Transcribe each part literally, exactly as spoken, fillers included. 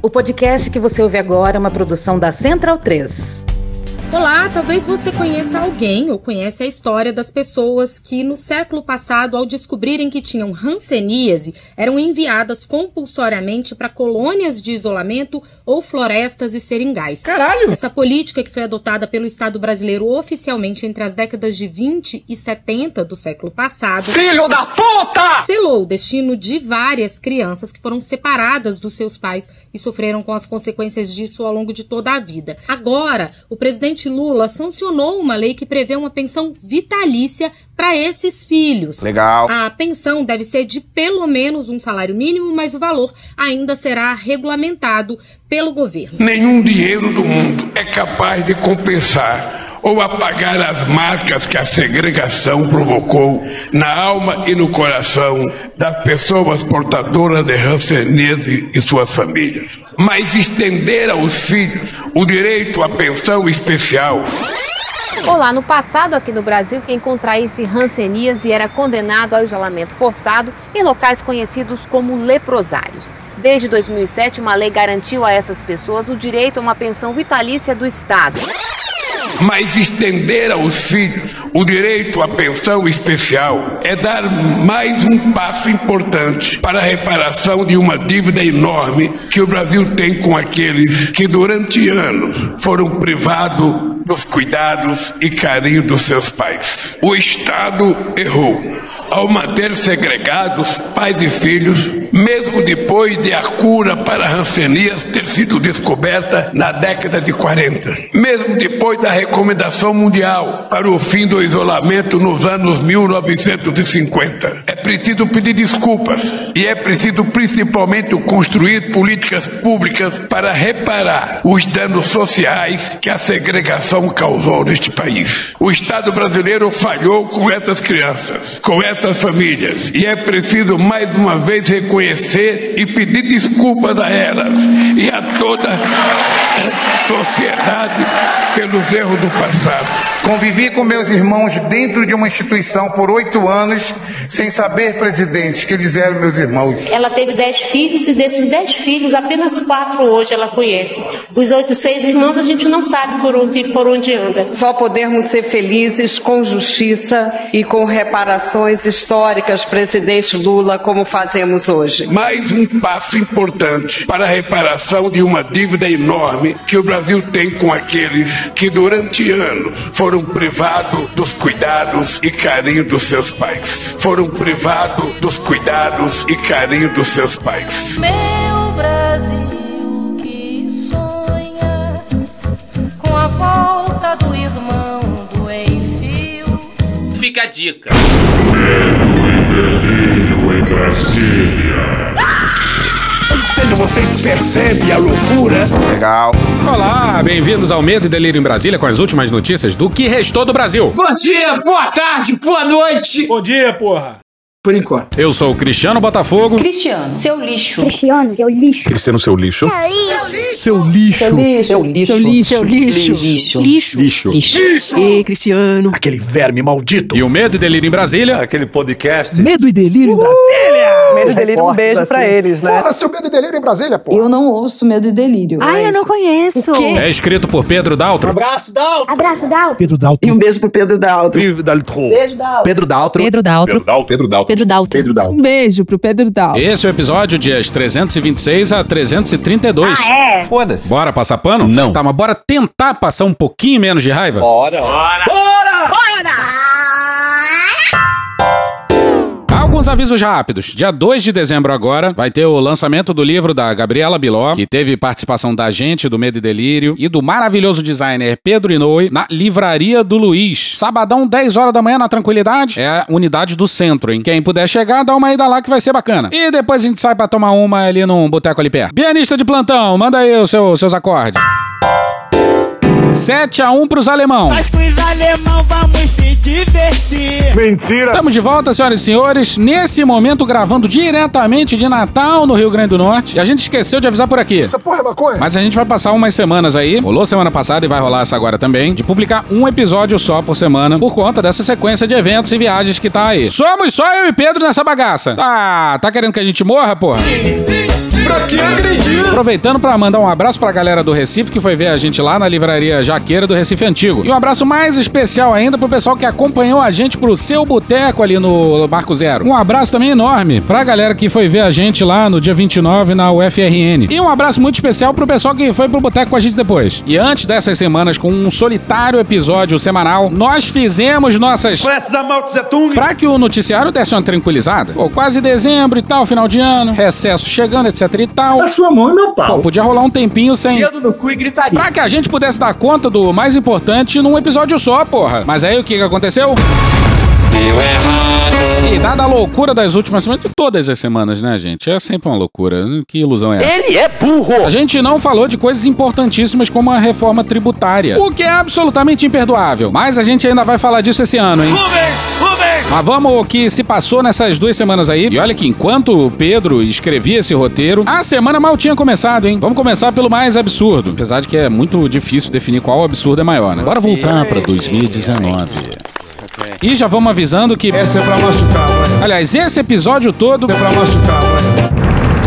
O podcast que você ouve agora é uma produção da Central três. Olá, talvez você conheça alguém ou conhece a história das pessoas que no século passado, ao descobrirem que tinham hanseníase, eram enviadas compulsoriamente para colônias de isolamento ou florestas e seringais. Caralho! Essa política, que foi adotada pelo Estado brasileiro oficialmente entre as décadas de vinte e setenta do século passado, Filho da puta! selou o destino de várias crianças que foram separadas dos seus pais e sofreram com as consequências disso ao longo de toda a vida. Agora, o presidente Lula sancionou uma lei que prevê uma pensão vitalícia para esses filhos. Legal. A pensão deve ser de pelo menos um salário mínimo, mas o valor ainda será regulamentado pelo governo. Nenhum dinheiro do mundo é capaz de compensar ou apagar as marcas que a segregação provocou na alma e no coração das pessoas portadoras de hanseníase e suas famílias. Mas estender aos filhos o direito à pensão especial. Olá, no passado aqui no Brasil, quem contraísse hanseníase era condenado ao isolamento forçado em locais conhecidos como leprosários. Desde dois mil e sete, uma lei garantiu a essas pessoas o direito a uma pensão vitalícia do Estado. Mas estender aos filhos o direito à pensão especial é dar mais um passo importante para a reparação de uma dívida enorme que o Brasil tem com aqueles que durante anos foram privados dos cuidados e carinho dos seus pais. O Estado errou ao manter segregados pais e filhos, mesmo depois de a cura para a hanseníase ter sido descoberta na década de quarenta. Mesmo depois da recomendação mundial para o fim do isolamento nos anos mil novecentos e cinquenta. É preciso pedir desculpas e é preciso principalmente construir políticas públicas para reparar os danos sociais que a segregação causou neste país. O Estado brasileiro falhou com essas crianças, com essas famílias, e é preciso mais uma vez reconhecer e pedir desculpas a elas e a toda a sociedade pelos erros do passado. Convivi com meus irmãos dentro de uma instituição por oito anos, sem saber, presidente, que eles eram meus irmãos. Ela teve dez filhos e desses dez filhos, apenas quatro hoje ela conhece. Os outros seis irmãos a gente não sabe por onde, por onde anda. Só podemos ser felizes com justiça e com reparações históricas, presidente Lula, como fazemos hoje. Mais um passo importante para a reparação de uma dívida enorme que o Brasil tem com aqueles que durante anos foram privados dos cuidados e carinho dos seus pais. Foram privados dos cuidados e carinho dos seus pais. Meu Brasil que sonha com a volta do irmão do Enfio. Fica a dica. Medo e delírio em Brasília. Vocês percebem a loucura? Legal. Olá, bem-vindos ao Medo e Delírio em Brasília com as últimas notícias do que restou do Brasil. Bom dia, boa tarde, boa noite. Bom dia, porra. Por enquanto. Eu sou o Cristiano Botafogo. Cristiano, seu lixo. Cristiano, seu lixo. Cristiano, seu lixo. Seu lixo. Seu lixo. Seu lixo. Seu lixo. Seu lixo. Seu lixo. Lixo. Lixo. Lixo. E Cristiano. Aquele verme maldito. E o Medo e Delírio em Brasília. Aquele podcast. Medo e Delírio em Brasília. Medo e Delírio, um beijo pra eles, né? Porra, seu Medo e Delírio em Brasília, pô. Eu não ouço Medo e Delírio. Ai, eu não conheço. O quê? É escrito por Pedro Daltro. Um abraço, Daltro. Abraço, Daltro. Pedro Daltro. E um beijo pro Pedro Daltro. Beijo, Daltro. Beijo, Daltro. Pedro Daltro. Pedro Daltro. Pedro Daltro. Pedro Daltro. Pedro Daltro. Pedro Daltro. Um beijo pro Pedro Daltro. Esse é o episódio dias trezentos e vinte e seis a trezentos e trinta e dois. Ah, é? Foda-se. Bora passar pano? Não. Tá, mas bora tentar passar um pouquinho menos de raiva? Bora. Bora! Bora! Bora! Alguns avisos rápidos. Dia dois de dezembro agora vai ter o lançamento do livro da Gabriela Biló, que teve participação da gente do Medo e Delírio e do maravilhoso designer Pedro Inoue na Livraria do Luiz. Sabadão, dez horas da manhã na Tranquilidade. É a unidade do centro, hein? Quem puder chegar, dá uma ida lá que vai ser bacana. E depois a gente sai pra tomar uma ali num boteco ali perto. Pianista de plantão, manda aí os seu, seus acordes. sete a um pros alemão. Nós pros alemão vamos se divertir. Mentira. Estamos de volta, senhoras e senhores. Nesse momento, gravando diretamente de Natal, no Rio Grande do Norte. E a gente esqueceu de avisar por aqui. Essa porra é maconha? Mas a gente vai passar umas semanas aí. Rolou semana passada e vai rolar essa agora também. De publicar um episódio só por semana. Por conta dessa sequência de eventos e viagens que tá aí. Somos só eu e Pedro nessa bagaça. Ah, tá querendo que a gente morra, porra? Sim, sim, sim. Pra que agredir? Aproveitando pra mandar um abraço pra galera do Recife que foi ver a gente lá na livraria Jaqueira do Recife Antigo. E um abraço mais especial ainda pro pessoal que acompanhou a gente pro Seu Boteco ali no Marco Zero. Um abraço também enorme pra galera que foi ver a gente lá no dia vinte e nove na U F R N. E um abraço muito especial pro pessoal que foi pro Boteco com a gente depois. E antes dessas semanas, com um solitário episódio semanal, nós fizemos nossas... Prestes a Mao Tse Tung. Pra que o noticiário desse uma tranquilizada. Pô, quase dezembro e tal, final de ano, recesso chegando, etc e tal. A sua mão e meu pau. Pô, podia rolar um tempinho sem... Dedo no cu e gritaria. Pra que a gente pudesse dar conta do mais importante num episódio só, porra. Mas aí o que que aconteceu? Deu errado. E dada a loucura das últimas semanas, de todas as semanas, né, gente? É sempre uma loucura. Que ilusão é essa? Ele é burro! A gente não falou de coisas importantíssimas como a reforma tributária, o que é absolutamente imperdoável. Mas a gente ainda vai falar disso esse ano, hein? Rubens! Rubens! Mas vamos ao que se passou nessas duas semanas aí. E olha que enquanto o Pedro escrevia esse roteiro, a semana mal tinha começado, hein? Vamos começar pelo mais absurdo. Apesar de que é muito difícil definir qual absurdo é maior, né? Bora voltar pra dois mil e dezenove. E já vamos avisando que... Essa é pra machucar, vai. Aliás, esse episódio todo... Essa é pra machucar, vai.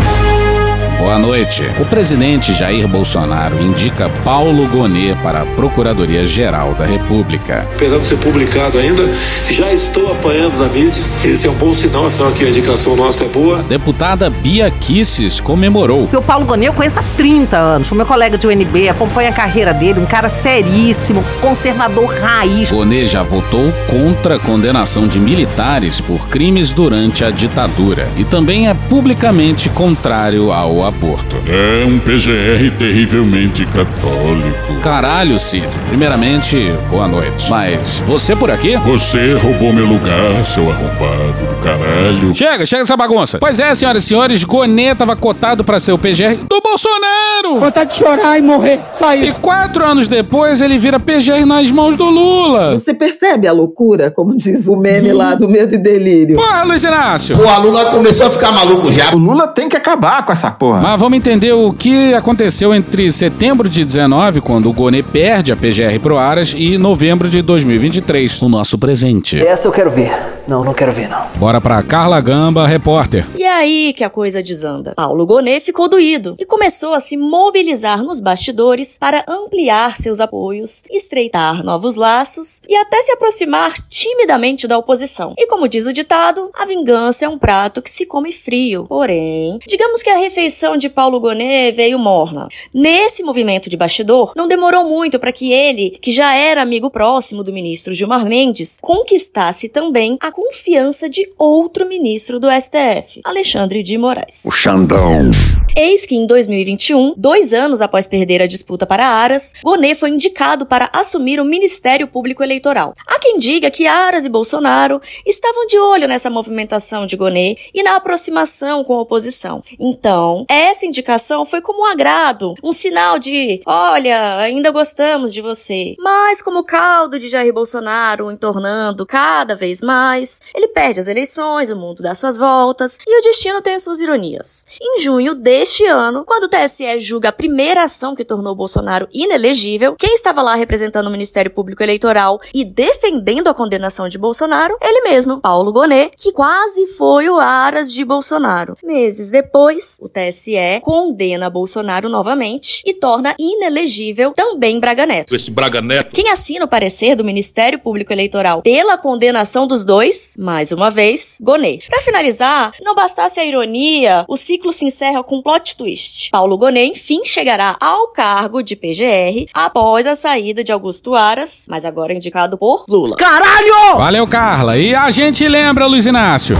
Boa noite. O presidente Jair Bolsonaro indica Paulo Gonet para a Procuradoria-Geral da República. Apesar de ser publicado ainda, já estou apanhando na mídia. Esse é um bom sinal, sinal que a indicação nossa é boa. A deputada Bia Kicis comemorou. O Paulo Gonet eu conheço há trinta anos. O meu colega de U N B, acompanha a carreira dele, um cara seríssimo, conservador raiz. Gonet já votou contra a condenação de militares por crimes durante a ditadura. E também é publicamente contrário ao aborto. É um P G R terrivelmente católico. Caralho, Cid. Primeiramente, boa noite. Mas você por aqui? Você roubou meu lugar, seu arrombado do caralho. Chega, chega dessa bagunça. Pois é, senhoras e senhores, Gonet tava cotado pra ser o P G R do Bolsonaro. Vontade de chorar e morrer, só isso. E quatro anos depois, ele vira P G R nas mãos do Lula. Você percebe a loucura, como diz o meme lá do Medo e Delírio? Porra, Luiz Inácio. O Lula começou a ficar maluco já. O Lula tem que acabar com essa porra. Mas vamos entender o que aconteceu entre setembro de dezenove, quando o Gonet perde a P G R pro Aras, e novembro de dois mil e vinte e três, o nosso presente. Essa eu quero ver. Não, não quero ver, não. Bora pra Carla Gamba, repórter. E é aí que a coisa desanda. Paulo Gonet ficou doído e começou a se mobilizar nos bastidores para ampliar seus apoios, estreitar novos laços e até se aproximar timidamente da oposição. E como diz o ditado, a vingança é um prato que se come frio. Porém, digamos que a refeição de Paulo Gonet veio morna. Nesse movimento de bastidor, não demorou muito para que ele, que já era amigo próximo do ministro Gilmar Mendes, conquistasse também a confiança de outro ministro do S T F, Alexandre de Moraes. O Xandão. Eis que em dois mil e vinte e um, dois anos após perder a disputa para Aras, Gonet foi indicado para assumir o Ministério Público Eleitoral. Há quem diga que Aras e Bolsonaro estavam de olho nessa movimentação de Gonet e na aproximação com a oposição. Então, essa indicação foi como um agrado, um sinal de, olha, ainda gostamos de você. Mas como o caldo de Jair Bolsonaro o entornando cada vez mais, ele perde as eleições, o mundo dá suas voltas e o destino tem suas ironias. Em junho deste ano, quando o T S E julga a primeira ação que tornou Bolsonaro inelegível, quem estava lá representando o Ministério Público Eleitoral e defendendo a condenação de Bolsonaro? Ele mesmo, Paulo Gonet, que quase foi o Aras de Bolsonaro. Meses depois, o T S E condena Bolsonaro novamente e torna inelegível também Braga Neto. Esse Braga Neto. Quem assina o parecer do Ministério Público Eleitoral pela condenação dos dois, mais uma vez, Gonet. Pra finalizar, não bastasse a ironia, o ciclo se encerra com um plot twist. Paulo Gonet, enfim, chegará ao cargo de P G R após a saída de Augusto Aras, mas agora indicado por Lula. Caralho! Valeu, Carla. E a gente lembra, Luiz Inácio.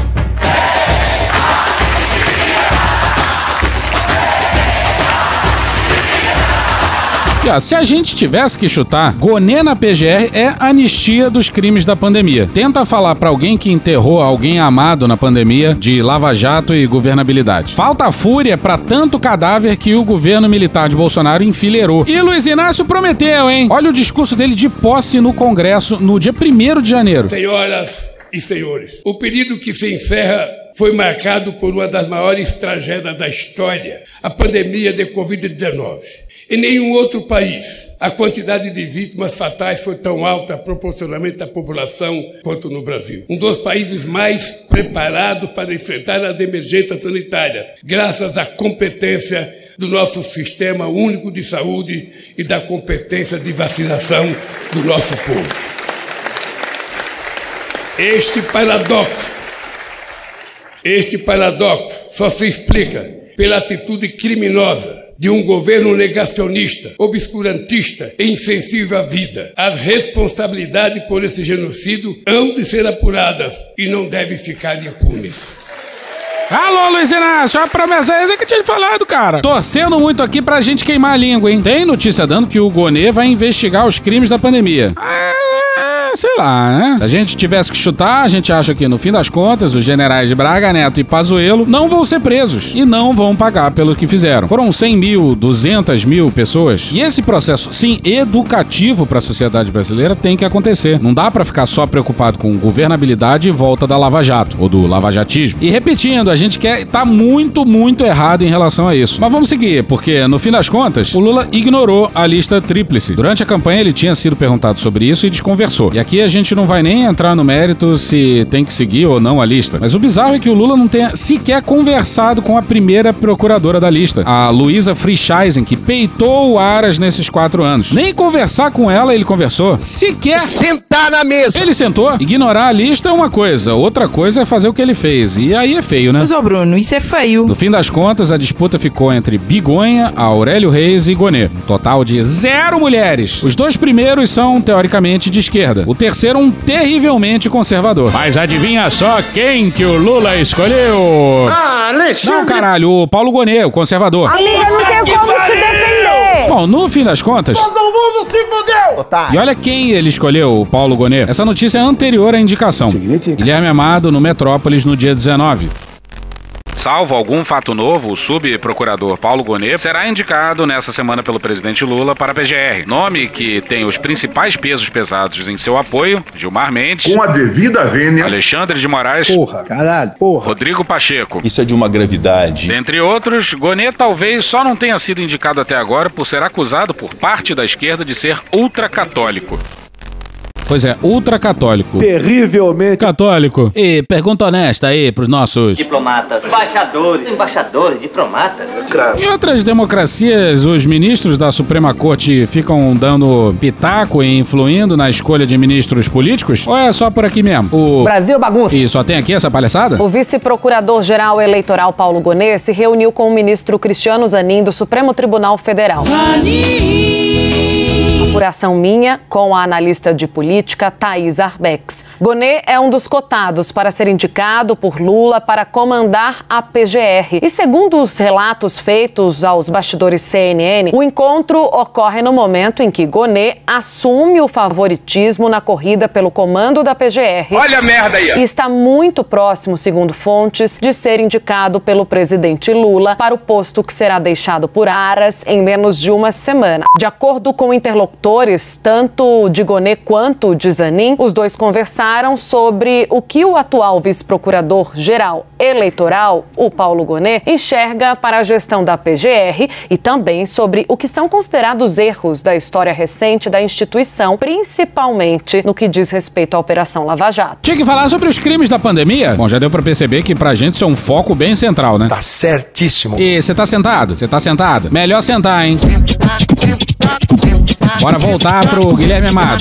E, ó, se a gente tivesse que chutar, Gonet na P G R é anistia dos crimes da pandemia. Tenta falar pra alguém que enterrou alguém amado na pandemia de Lava Jato e governabilidade. Falta fúria pra tanto cadáver que o governo militar de Bolsonaro enfileirou. E Luiz Inácio prometeu, hein? Olha o discurso dele de posse no Congresso no dia primeiro de janeiro. Senhoras e senhores, o período que se encerra foi marcado por uma das maiores tragédias da história, a pandemia de covid dezenove. Em nenhum outro país a quantidade de vítimas fatais foi tão alta proporcionalmente à população quanto no Brasil. Um dos países mais preparados para enfrentar as emergências sanitárias, graças à competência do nosso sistema único de saúde e da competência de vacinação do nosso povo. Este paradoxo, este paradoxo só se explica pela atitude criminosa de um governo negacionista, obscurantista e insensível à vida. As responsabilidades por esse genocídio hão de ser apuradas e não devem ficar impunes. Alô, Luiz Inácio, a promessa é essa que eu tinha falado, cara. Torcendo muito aqui pra gente queimar a língua, hein? Tem notícia dando que o Gonê vai investigar os crimes da pandemia. Ah, sei lá, né? Se a gente tivesse que chutar, a gente acha que, no fim das contas, os generais de Braga Neto e Pazuello não vão ser presos e não vão pagar pelo que fizeram. Foram cem mil, duzentas mil pessoas. E esse processo, sim, educativo pra sociedade brasileira tem que acontecer. Não dá pra ficar só preocupado com governabilidade e volta da Lava Jato, ou do lavajatismo. E repetindo, a gente quer tá muito, muito errado em relação a isso. Mas vamos seguir, porque, no fim das contas, o Lula ignorou a lista tríplice. Durante a campanha, ele tinha sido perguntado sobre isso e desconversou. E aqui a gente não vai nem entrar no mérito se tem que seguir ou não a lista. Mas o bizarro é que o Lula não tenha sequer conversado com a primeira procuradora da lista, a Luísa Frischeisen, que peitou o Aras nesses quatro anos. Nem conversar com ela ele conversou. Sequer sentar na mesa. Ele sentou. Ignorar a lista é uma coisa, outra coisa é fazer o que ele fez. E aí é feio, né? Mas, ô Bruno, isso é feio. No fim das contas, a disputa ficou entre Bigonha, Aurélio Reis e Gonê. Um total de zero mulheres. Os dois primeiros são, teoricamente, de esquerda. O terceiro, um terrivelmente conservador. Mas adivinha só quem que o Lula escolheu? Ah, Alexandre! Não, caralho, o Paulo Gonê, o conservador. Amiga, não tem como te defender. Bom, no fim das contas... Todo mundo se fudeu! Otário. E olha quem ele escolheu, o Paulo Gonê. Essa notícia é anterior à indicação. Significa. Guilherme Amado, no Metrópolis, no dia dezenove. Salvo algum fato novo, o subprocurador Paulo Gonê será indicado nessa semana pelo presidente Lula para a P G R. Nome que tem os principais pesos pesados em seu apoio: Gilmar Mendes, com a devida vênia, Alexandre de Moraes, porra, caralho, porra, Rodrigo Pacheco. Isso é de uma gravidade. Entre outros, Gonê talvez só não tenha sido indicado até agora por ser acusado por parte da esquerda de ser ultracatólico. Pois é, ultracatólico. Terrivelmente católico. E pergunta honesta aí pros nossos diplomatas, embaixadores, embaixadores, diplomatas. Em outras democracias, os ministros da Suprema Corte ficam dando pitaco e influindo na escolha de ministros políticos? Ou é só por aqui mesmo? O Brasil bagunça. E só tem aqui essa palhaçada? O vice-procurador-geral eleitoral Paulo Gonê se reuniu com o ministro Cristiano Zanin do Supremo Tribunal Federal. Zanin! Apuração minha com a analista de política Thaís Arbex. Gonê é um dos cotados para ser indicado por Lula para comandar a P G R. E segundo os relatos feitos aos bastidores C N N, o encontro ocorre no momento em que Gonê assume o favoritismo na corrida pelo comando da P G R. Olha a merda aí! E está muito próximo, segundo fontes, de ser indicado pelo presidente Lula para o posto que será deixado por Aras em menos de uma semana. De acordo com interlocutores, tanto de Gonê quanto de Zanin, os dois conversaram sobre o que o atual vice-procurador-geral eleitoral, o Paulo Gonê, enxerga para a gestão da P G R e também sobre o que são considerados erros da história recente da instituição, principalmente no que diz respeito à Operação Lava Jato. Tinha que falar sobre os crimes da pandemia? Bom, já deu pra perceber que pra gente isso é um foco bem central, né? Tá certíssimo. E você tá sentado? Você tá sentado? Melhor sentar, hein? Bora voltar pro Guilherme Amado.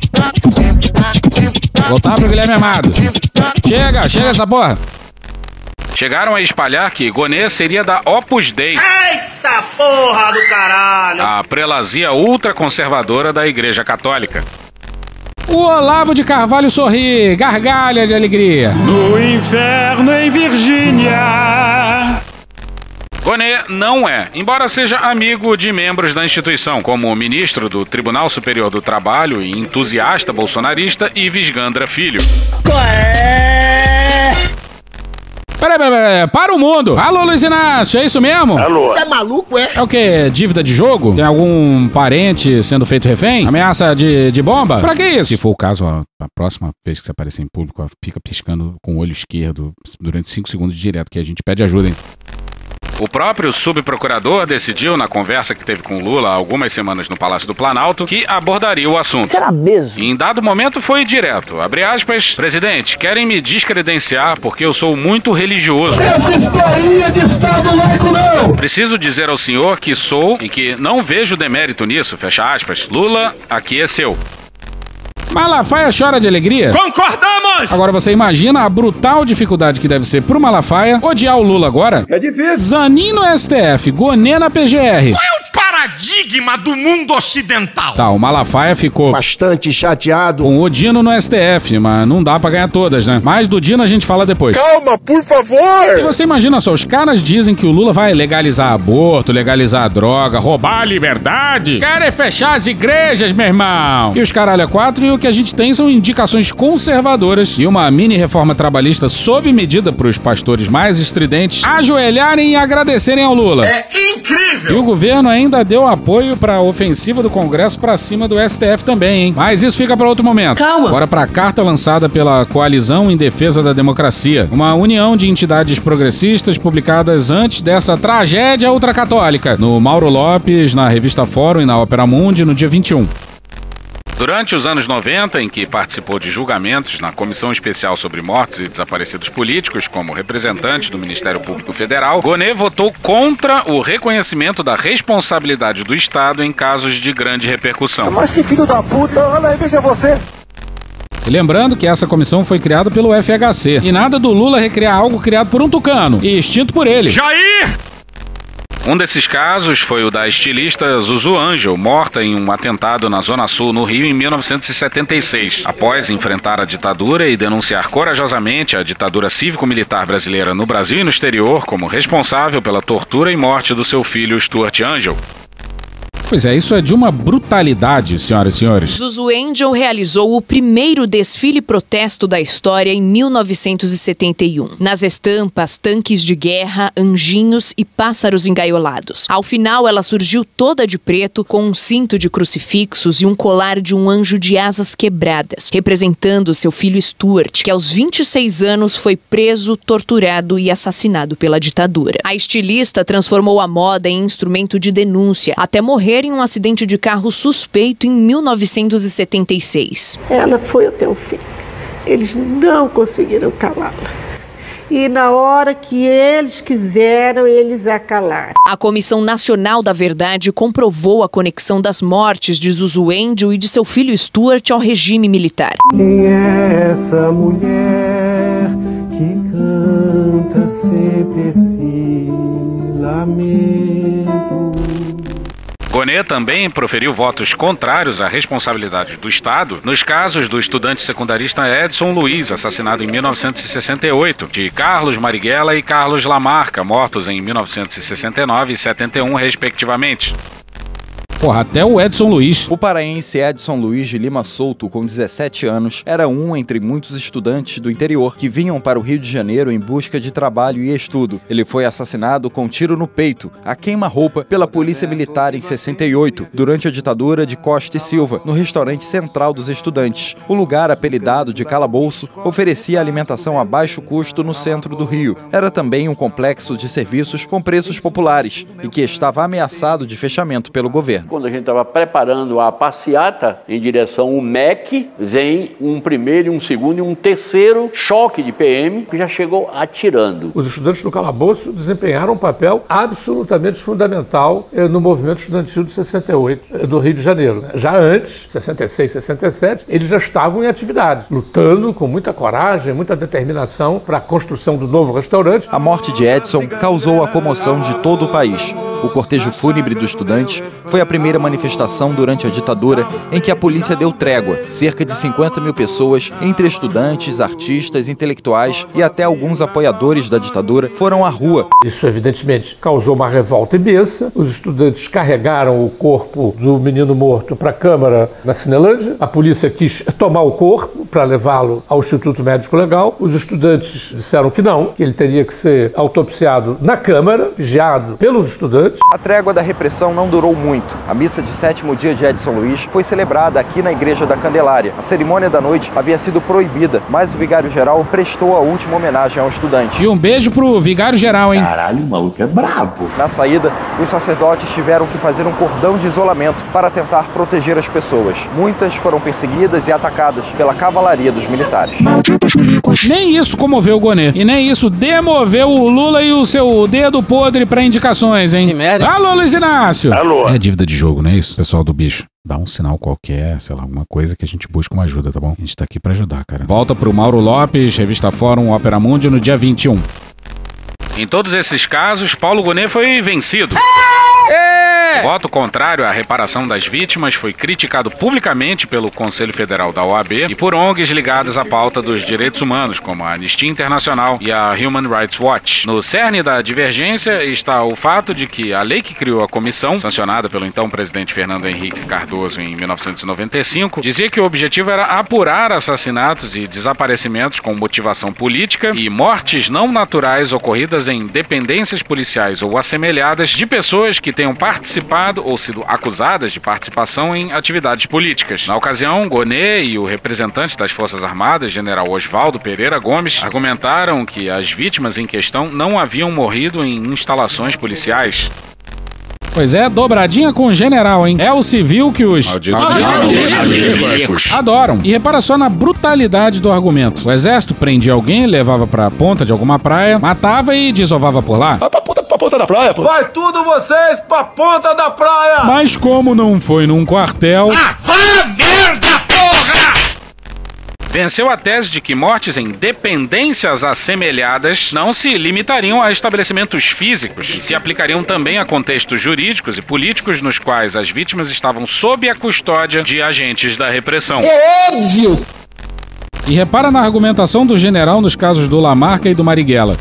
Voltar pro Guilherme Amado. Chega, chega essa porra. Chegaram a espalhar que Gonê seria da Opus Dei. Eita porra do caralho! A prelazia ultraconservadora da Igreja Católica. O Olavo de Carvalho sorri, gargalha de alegria. No inferno em Virgínia. Gonê não é, embora seja amigo de membros da instituição, como o ministro do Tribunal Superior do Trabalho e entusiasta bolsonarista Ives Gandra Filho. Peraí, peraí, peraí, para o mundo! Alô, Luiz Inácio, é isso mesmo? Alô. Você é maluco, é? É o quê? Dívida de jogo? Tem algum parente sendo feito refém? Ameaça de, de bomba? Pra que isso? Se for o caso, ó, a próxima vez que você aparecer em público, ó, fica piscando com o olho esquerdo durante cinco segundos direto, que a gente pede ajuda, hein? O próprio subprocurador decidiu, na conversa que teve com Lula há algumas semanas no Palácio do Planalto, que abordaria o assunto. Será mesmo? E em dado momento foi direto. Abre aspas, presidente, querem me descredenciar porque eu sou muito religioso. Essa historinha de Estado laico não! Preciso dizer ao senhor que sou e que não vejo demérito nisso, fecha aspas. Lula, aqui é seu. Malafaia chora de alegria? Concordamos! Agora você imagina a brutal dificuldade que deve ser pro Malafaia odiar o Lula agora? É difícil. Zanin no S T F, Gonê na P G R. Qual é o paradigma do mundo ocidental? Tá, o Malafaia ficou bastante chateado com o Dino no S T F, mas não dá pra ganhar todas, né? Mas do Dino a gente fala depois. Calma, por favor! E você imagina só, os caras dizem que o Lula vai legalizar aborto, legalizar a droga, roubar a liberdade. Querem fechar as igrejas, meu irmão. E os caralho a quatro, e o que a gente tem são indicações conservadoras e uma mini reforma trabalhista sob medida pros pastores mais estridentes ajoelharem e agradecerem ao Lula. É incrível! E o governo ainda deu apoio pra ofensiva do Congresso pra cima do S T F também, hein? Mas isso fica pra outro momento. Calma! Agora pra carta lançada pela Coalizão em Defesa da Democracia, uma união de entidades progressistas publicadas antes dessa tragédia ultracatólica, no Mauro Lopes, na revista Fórum e na Ópera Mundi, no dia vinte e um. Durante os anos noventa, em que participou de julgamentos na Comissão Especial sobre Mortos e Desaparecidos Políticos, como representante do Ministério Público Federal, Gonê votou contra o reconhecimento da responsabilidade do Estado em casos de grande repercussão. Mas que filho da puta, olha aí, veja você. Lembrando que essa comissão foi criada pelo F H C. E nada do Lula recriar algo criado por um tucano e extinto por ele. Jair! Um desses casos foi o da estilista Zuzu Angel, morta em um atentado na Zona Sul, no Rio, em mil novecentos e setenta e seis. Após enfrentar a ditadura e denunciar corajosamente a ditadura cívico-militar brasileira no Brasil e no exterior como responsável pela tortura e morte do seu filho Stuart Angel. Pois é, isso é de uma brutalidade, senhoras e senhores. Zuzu Angel realizou o primeiro desfile protesto da história em mil novecentos e setenta e um. Nas estampas, tanques de guerra, anjinhos e pássaros engaiolados. Ao final, ela surgiu toda de preto, com um cinto de crucifixos e um colar de um anjo de asas quebradas, representando seu filho Stuart, que aos vinte e seis anos foi preso, torturado e assassinado pela ditadura. A estilista transformou a moda em instrumento de denúncia, até morrer em um acidente de carro suspeito em mil novecentos e setenta e seis. Ela foi até o fim. Eles não conseguiram calá-la. E na hora que eles quiseram, eles a calaram. A Comissão Nacional da Verdade comprovou a conexão das mortes de Zuzu Angel e de seu filho Stuart ao regime militar. Quem é essa mulher que canta sempre esse lamento? Gonê também proferiu votos contrários à responsabilidade do Estado nos casos do estudante secundarista Edson Luiz, assassinado em mil novecentos e sessenta e oito, de Carlos Marighella e Carlos Lamarca, mortos em mil novecentos e sessenta e nove e setenta e um, respectivamente. Porra, até o Edson Luiz. O paraense Edson Luiz de Lima Souto, com dezessete anos, era um entre muitos estudantes do interior que vinham para o Rio de Janeiro em busca de trabalho e estudo. Ele foi assassinado com um tiro no peito, a queima-roupa, pela Polícia Militar em sessenta e oito, durante a ditadura de Costa e Silva, no restaurante Central dos Estudantes. O lugar, apelidado de Calabouço, oferecia alimentação a baixo custo no centro do Rio. Era também um complexo de serviços com preços populares e que estava ameaçado de fechamento pelo governo. Quando a gente estava preparando a passeata em direção ao M E C, vem um primeiro, um segundo e um terceiro choque de P M que já chegou atirando. Os estudantes do calabouço desempenharam um papel absolutamente fundamental no movimento estudantil de sessenta e oito do Rio de Janeiro. Já antes, sessenta e seis, sessenta e sete, eles já estavam em atividade, lutando com muita coragem, muita determinação para a construção do novo restaurante. A morte de Edson causou a comoção de todo o país. O cortejo fúnebre do estudante foi a primeira manifestação durante a ditadura em que a polícia deu trégua. Cerca de cinquenta mil pessoas, entre estudantes, artistas, intelectuais e até alguns apoiadores da ditadura, foram à rua. Isso, evidentemente, causou uma revolta imensa. Os estudantes carregaram o corpo do menino morto para a Câmara na Cinelândia. A polícia quis tomar o corpo para levá-lo ao Instituto Médico Legal. Os estudantes disseram que não, que ele teria que ser autopsiado na Câmara, vigiado pelos estudantes. A trégua da repressão não durou muito. A missa de sétimo dia de Edson Luiz foi celebrada aqui na Igreja da Candelária. A cerimônia da noite havia sido proibida, mas o vigário-geral prestou a última homenagem ao estudante. E um beijo pro vigário-geral, hein? Caralho, o maluco é brabo. Na saída, os sacerdotes tiveram que fazer um cordão de isolamento para tentar proteger as pessoas. Muitas foram perseguidas e atacadas pela cavalaria dos militares. Nem isso comoveu o Gonê. E nem isso demoveu o Lula e o seu dedo podre pra indicações, hein? Que merda. Alô, Luiz Inácio! Alô! É dívida de jogo, não é isso? Pessoal do bicho. Dá um sinal qualquer, sei lá, alguma coisa que a gente busca uma ajuda, tá bom? A gente tá aqui pra ajudar, cara. Volta pro Mauro Lopes, Revista Fórum, Ópera Mundi, no dia vinte e um. Em todos esses casos, Paulo Gonê foi vencido. O voto contrário à reparação das vítimas foi criticado publicamente pelo Conselho Federal da O A B e por O N Gs ligadas à pauta dos direitos humanos, como a Anistia Internacional e a Human Rights Watch. No cerne da divergência está o fato de que a lei que criou a comissão, sancionada pelo então presidente Fernando Henrique Cardoso em mil novecentos e noventa e cinco, dizia que o objetivo era apurar assassinatos e desaparecimentos com motivação política e mortes não naturais ocorridas em dependências policiais ou assemelhadas de pessoas que tenham participado ou sido acusadas de participação em atividades políticas. Na ocasião, Gonê e o representante das Forças Armadas, general Oswaldo Pereira Gomes, argumentaram que as vítimas em questão não haviam morrido em instalações policiais. Pois é, dobradinha com o general, hein? É o civil que os adoram. E repara só na brutalidade do argumento. O exército prendia alguém, levava pra ponta de alguma praia, matava e desovava por lá. Vai pra ponta, pra ponta da praia, pô. Vai tudo vocês pra ponta da praia! Mas como não foi num quartel... Ah, vai merda, porra! Venceu a tese de que mortes em dependências assemelhadas não se limitariam a estabelecimentos físicos e se aplicariam também a contextos jurídicos e políticos nos quais as vítimas estavam sob a custódia de agentes da repressão. É óbvio! E repara na argumentação do general nos casos do Lamarca e do Marighella.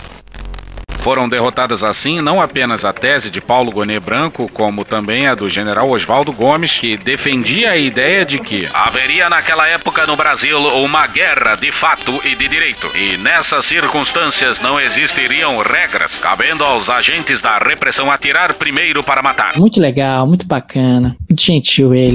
Foram derrotadas assim não apenas a tese de Paulo Gonê Branco, como também a do general Oswaldo Gomes, que defendia a ideia de que haveria naquela época no Brasil uma guerra de fato e de direito. E nessas circunstâncias não existiriam regras, cabendo aos agentes da repressão atirar primeiro para matar. Muito legal, muito bacana, muito gentil ele.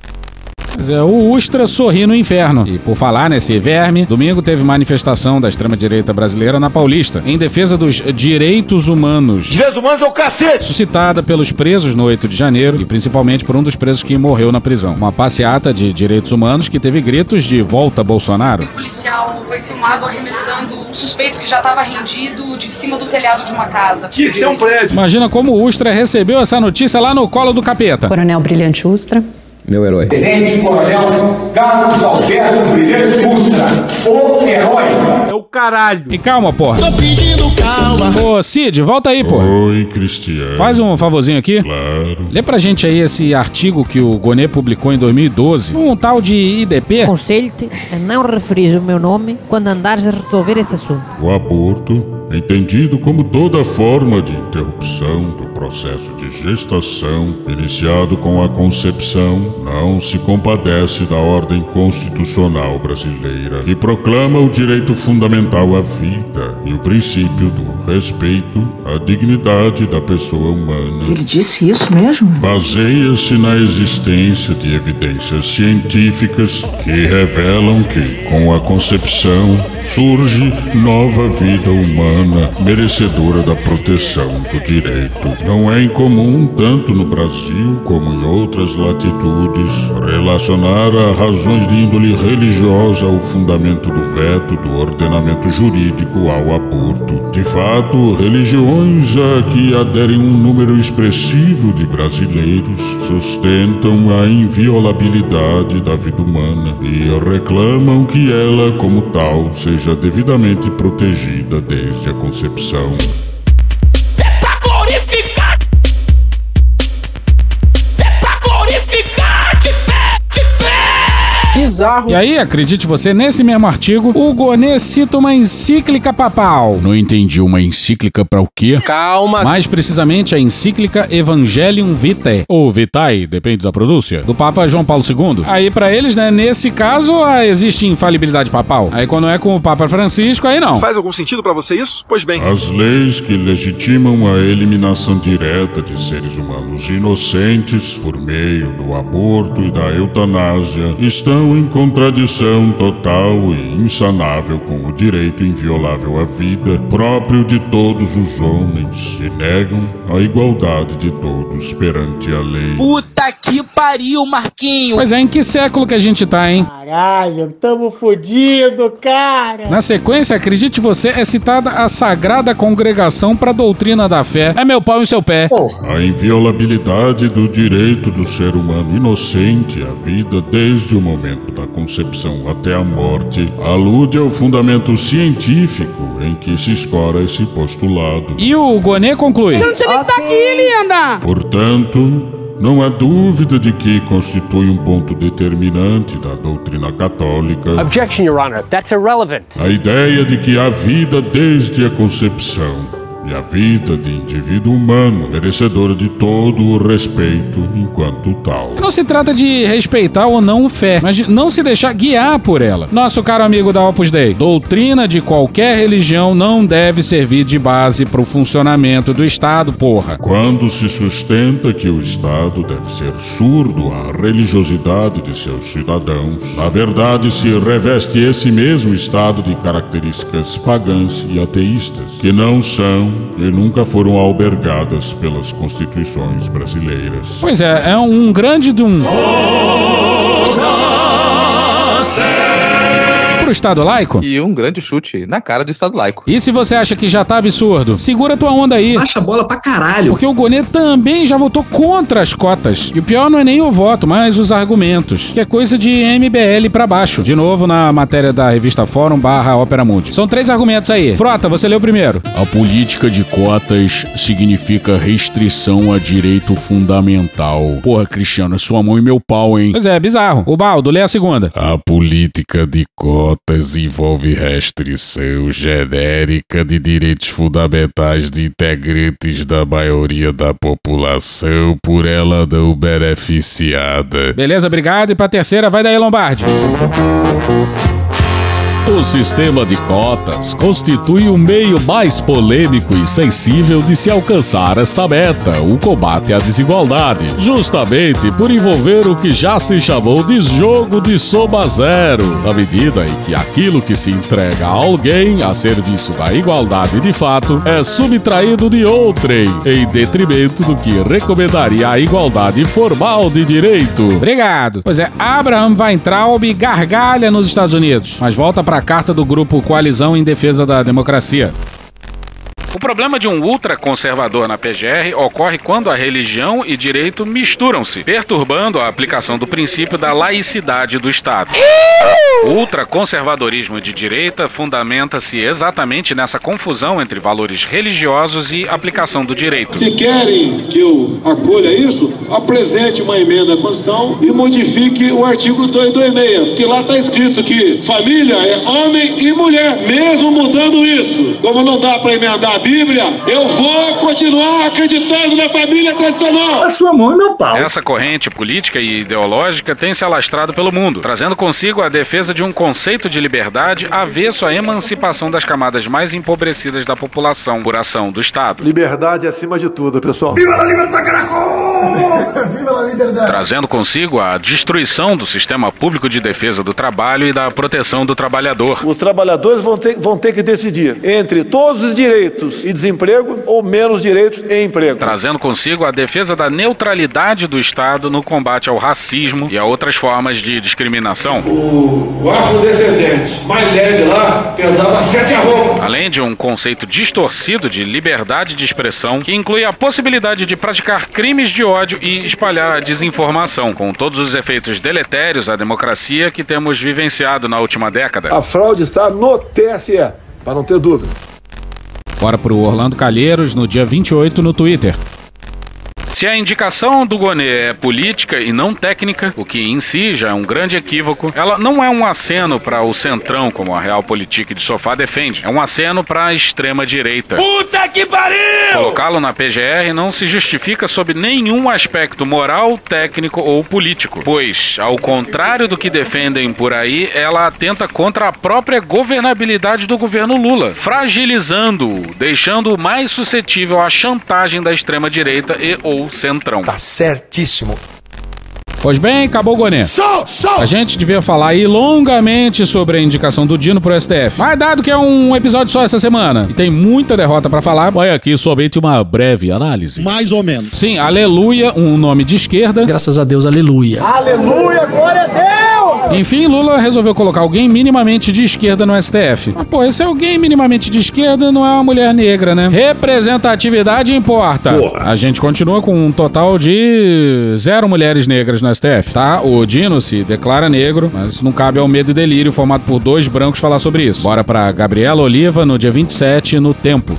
Pois é, o Ustra sorri no inferno. E por falar nesse verme, domingo teve manifestação da extrema-direita brasileira na Paulista, em defesa dos direitos humanos. Direitos humanos é o cacete! Suscitada pelos presos no oito de janeiro e principalmente por um dos presos que morreu na prisão. Uma passeata de direitos humanos que teve gritos de volta Bolsonaro. O policial foi filmado arremessando um suspeito que já estava rendido de cima do telhado de uma casa. Tinha que ser um prédio. Imagina como o Ustra recebeu essa notícia lá no colo do capeta. Coronel Brilhante Ustra. Meu herói. Tenente Coronel Carlos Alberto Brilhante Ustra, o herói. É o caralho. E calma, porra. Tô pedindo calma. Ô, Cid, volta aí, porra. Oi, Cristiano. Faz um favorzinho aqui. Claro. Lê pra gente aí esse artigo que o Gonê publicou em dois mil e doze. Um tal de I D P. Aconselho-te a não referir o meu nome quando andares a resolver esse assunto. O aborto, entendido como toda forma de interrupção do processo de gestação, iniciado com a concepção, não se compadece da ordem constitucional brasileira, que proclama o direito fundamental à vida e o princípio do respeito à dignidade da pessoa humana. Ele disse isso mesmo? Baseia-se na existência de evidências científicas que revelam que, com a concepção, surge nova vida humana merecedora da proteção do direito. Não é incomum, tanto no Brasil como em outras latitudes, relacionar a razões de índole religiosa o fundamento do veto do ordenamento jurídico ao aborto. De fato, religiões a que aderem um número expressivo de brasileiros sustentam a inviolabilidade da vida humana e reclamam que ela, como tal, seja devidamente protegida desde a concepção. bizarro. E aí, acredite você, nesse mesmo artigo, o Gonê cita uma encíclica papal. Não entendi, uma encíclica pra o quê? Calma. Mais precisamente a encíclica Evangelium Vitae, ou Vitae, depende da pronúncia, do Papa João Paulo segundo. Aí pra eles, né, nesse caso, existe infalibilidade papal. Aí quando é com o Papa Francisco, aí não. Faz algum sentido pra você isso? Pois bem. As leis que legitimam a eliminação direta de seres humanos inocentes por meio do aborto e da eutanásia estão em contradição total e insanável com o direito inviolável à vida próprio de todos os homens e negam a igualdade de todos perante a lei. Puta que pariu, Marquinho. Pois é, em que século que a gente tá, hein? Caralho, tamo fodido, cara. Na sequência, acredite você, é citada a Sagrada Congregação para a Doutrina da Fé. É meu pau em seu pé. A inviolabilidade do direito do ser humano inocente à vida desde o momento da concepção até a morte alude ao fundamento científico em que se escora esse postulado. E o Gonê conclui. Você não tinha nem que estar aqui, linda. Portanto, não há dúvida de que constitui um ponto determinante da doutrina católica Objection, Your Honor. That's irrelevant. a ideia de que há vida desde a concepção e a vida de indivíduo humano merecedora de todo o respeito enquanto tal. Não se trata de respeitar ou não fé, mas de não se deixar guiar por ela. Nosso caro amigo da Opus Dei, doutrina de qualquer religião não deve servir de base para o funcionamento do Estado, porra. Quando se sustenta que o Estado deve ser surdo à religiosidade de seus cidadãos, na verdade se reveste esse mesmo Estado de características pagãs e ateístas, que não são e nunca foram albergadas pelas constituições brasileiras. Pois é, é um grande de um... Pro Estado laico? E um grande chute na cara do Estado laico. E se você acha que já tá absurdo, segura tua onda aí. Baixa a bola pra caralho. Porque o Gonê também já votou contra as cotas. E o pior não é nem o voto, mas os argumentos, que é coisa de M B L pra baixo. De novo na matéria da revista Fórum barra Ópera Mundi. São três argumentos aí. Frota, você leu primeiro. A política de cotas significa restrição a direito fundamental. Porra, Cristiano, é sua mão e meu pau, hein? Pois é, bizarro. O Baldo, lê a segunda. A política de cotas envolve restrição genérica de direitos fundamentais de integrantes da maioria da população por ela não beneficiada. Beleza, obrigado. E pra terceira, vai daí, Lombardi. O sistema de cotas constitui o meio mais polêmico e sensível de se alcançar esta meta, o combate à desigualdade, justamente por envolver o que já se chamou de jogo de soma zero, na medida em que aquilo que se entrega a alguém a serviço da igualdade de fato é subtraído de outrem, em detrimento do que recomendaria a igualdade formal de direito. Obrigado. Pois é, Abraham Weintraub gargalha nos Estados Unidos, mas volta pra a carta do grupo Coalizão em Defesa da Democracia. O problema de um ultraconservador na P G R ocorre quando a religião e direito misturam-se, perturbando a aplicação do princípio da laicidade do Estado. O ultraconservadorismo de direita fundamenta-se exatamente nessa confusão entre valores religiosos e aplicação do direito. Se querem que eu acolha isso, apresente uma emenda à Constituição e modifique o artigo duzentos e vinte e seis, porque lá está escrito que família é homem e mulher. Mesmo mudando isso, como não dá para emendar a Bíblia, eu vou continuar acreditando na família tradicional. A sua mão e meu pau. Essa corrente política e ideológica tem se alastrado pelo mundo, trazendo consigo a defesa de um conceito de liberdade avesso à emancipação das camadas mais empobrecidas da população por ação do Estado. Liberdade acima de tudo, pessoal. Viva a liberdade, caraca! Viva a liberdade! Trazendo consigo a destruição do sistema público de defesa do trabalho e da proteção do trabalhador. Os trabalhadores vão ter, vão ter que decidir entre todos os direitos e desemprego ou menos direitos e emprego. Trazendo consigo a defesa da neutralidade do Estado no combate ao racismo e a outras formas de discriminação. O, o afrodescendente mais leve lá pesava sete arrobas. Além de um conceito distorcido de liberdade de expressão que inclui a possibilidade de praticar crimes de ódio e espalhar a desinformação, com todos os efeitos deletérios à democracia que temos vivenciado na última década. A fraude está no T S E, para não ter dúvida. Bora pro Orlando Calheiros no dia vinte e oito no Twitter. Se a indicação do Gonê é política e não técnica, o que em si já é um grande equívoco, ela não é um aceno para o centrão, como a Realpolitik de sofá defende. É um aceno para a extrema-direita. Puta que pariu! Colocá-lo na P G R não se justifica sob nenhum aspecto moral, técnico ou político, pois, ao contrário do que defendem por aí, ela atenta contra a própria governabilidade do governo Lula, fragilizando-o, deixando-o mais suscetível à chantagem da extrema-direita e ou centrão. Tá certíssimo. Pois bem, acabou o Gonê. A gente devia falar aí longamente sobre a indicação do Dino pro S T F. Mas dado que é um episódio só essa semana e tem muita derrota pra falar, vai aqui somente uma breve análise. Mais ou menos. Sim, Aleluia, um nome de esquerda. Graças a Deus, aleluia. Aleluia, glória a Deus! Enfim, Lula resolveu colocar alguém minimamente de esquerda no S T F. Mas, pô, esse alguém minimamente de esquerda não é uma mulher negra, né? Representatividade importa. Porra. A gente continua com um total de zero mulheres negras no S T F, tá? O Dino se declara negro, mas não cabe ao Medo e Delírio, formado por dois brancos, falar sobre isso. Bora pra Gabriela Oliva no dia vinte e sete, no Tempo.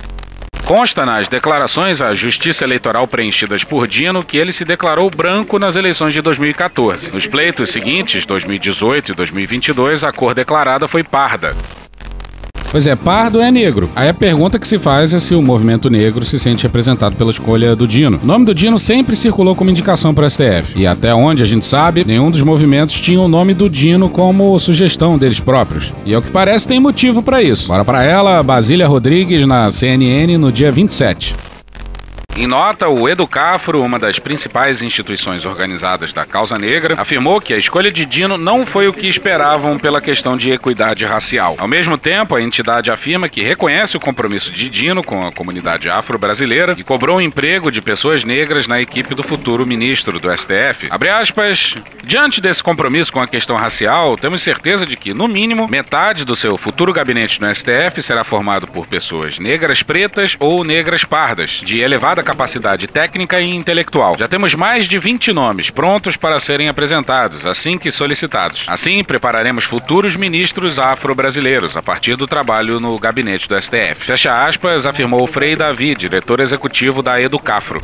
Consta nas declarações à Justiça Eleitoral preenchidas por Dino que ele se declarou branco nas eleições de dois mil e quatorze. Nos pleitos seguintes, dois mil e dezoito e dois mil e vinte e dois, a cor declarada foi parda. Pois é, pardo é negro. Aí a pergunta que se faz é se o movimento negro se sente representado pela escolha do Dino. O nome do Dino sempre circulou como indicação para o S T F. E até onde a gente sabe, nenhum dos movimentos tinha o nome do Dino como sugestão deles próprios. E ao que parece tem motivo para isso. Bora para ela, Basília Rodrigues na C N N no dia vinte e sete. Em nota, o Educafro, uma das principais instituições organizadas da causa negra, afirmou que a escolha de Dino não foi o que esperavam pela questão de equidade racial. Ao mesmo tempo, a entidade afirma que reconhece o compromisso de Dino com a comunidade afro-brasileira e cobrou o emprego de pessoas negras na equipe do futuro ministro do S T F. Abre aspas, diante desse compromisso com a questão racial, temos certeza de que, no mínimo, metade do seu futuro gabinete no S T F será formado por pessoas negras pretas ou negras pardas, de elevada capacidade técnica e intelectual. Já temos mais de vinte nomes prontos para serem apresentados, assim que solicitados. Assim, prepararemos futuros ministros afro-brasileiros a partir do trabalho no gabinete do S T F. Fecha aspas, afirmou Frei Davi, diretor executivo da Educafro.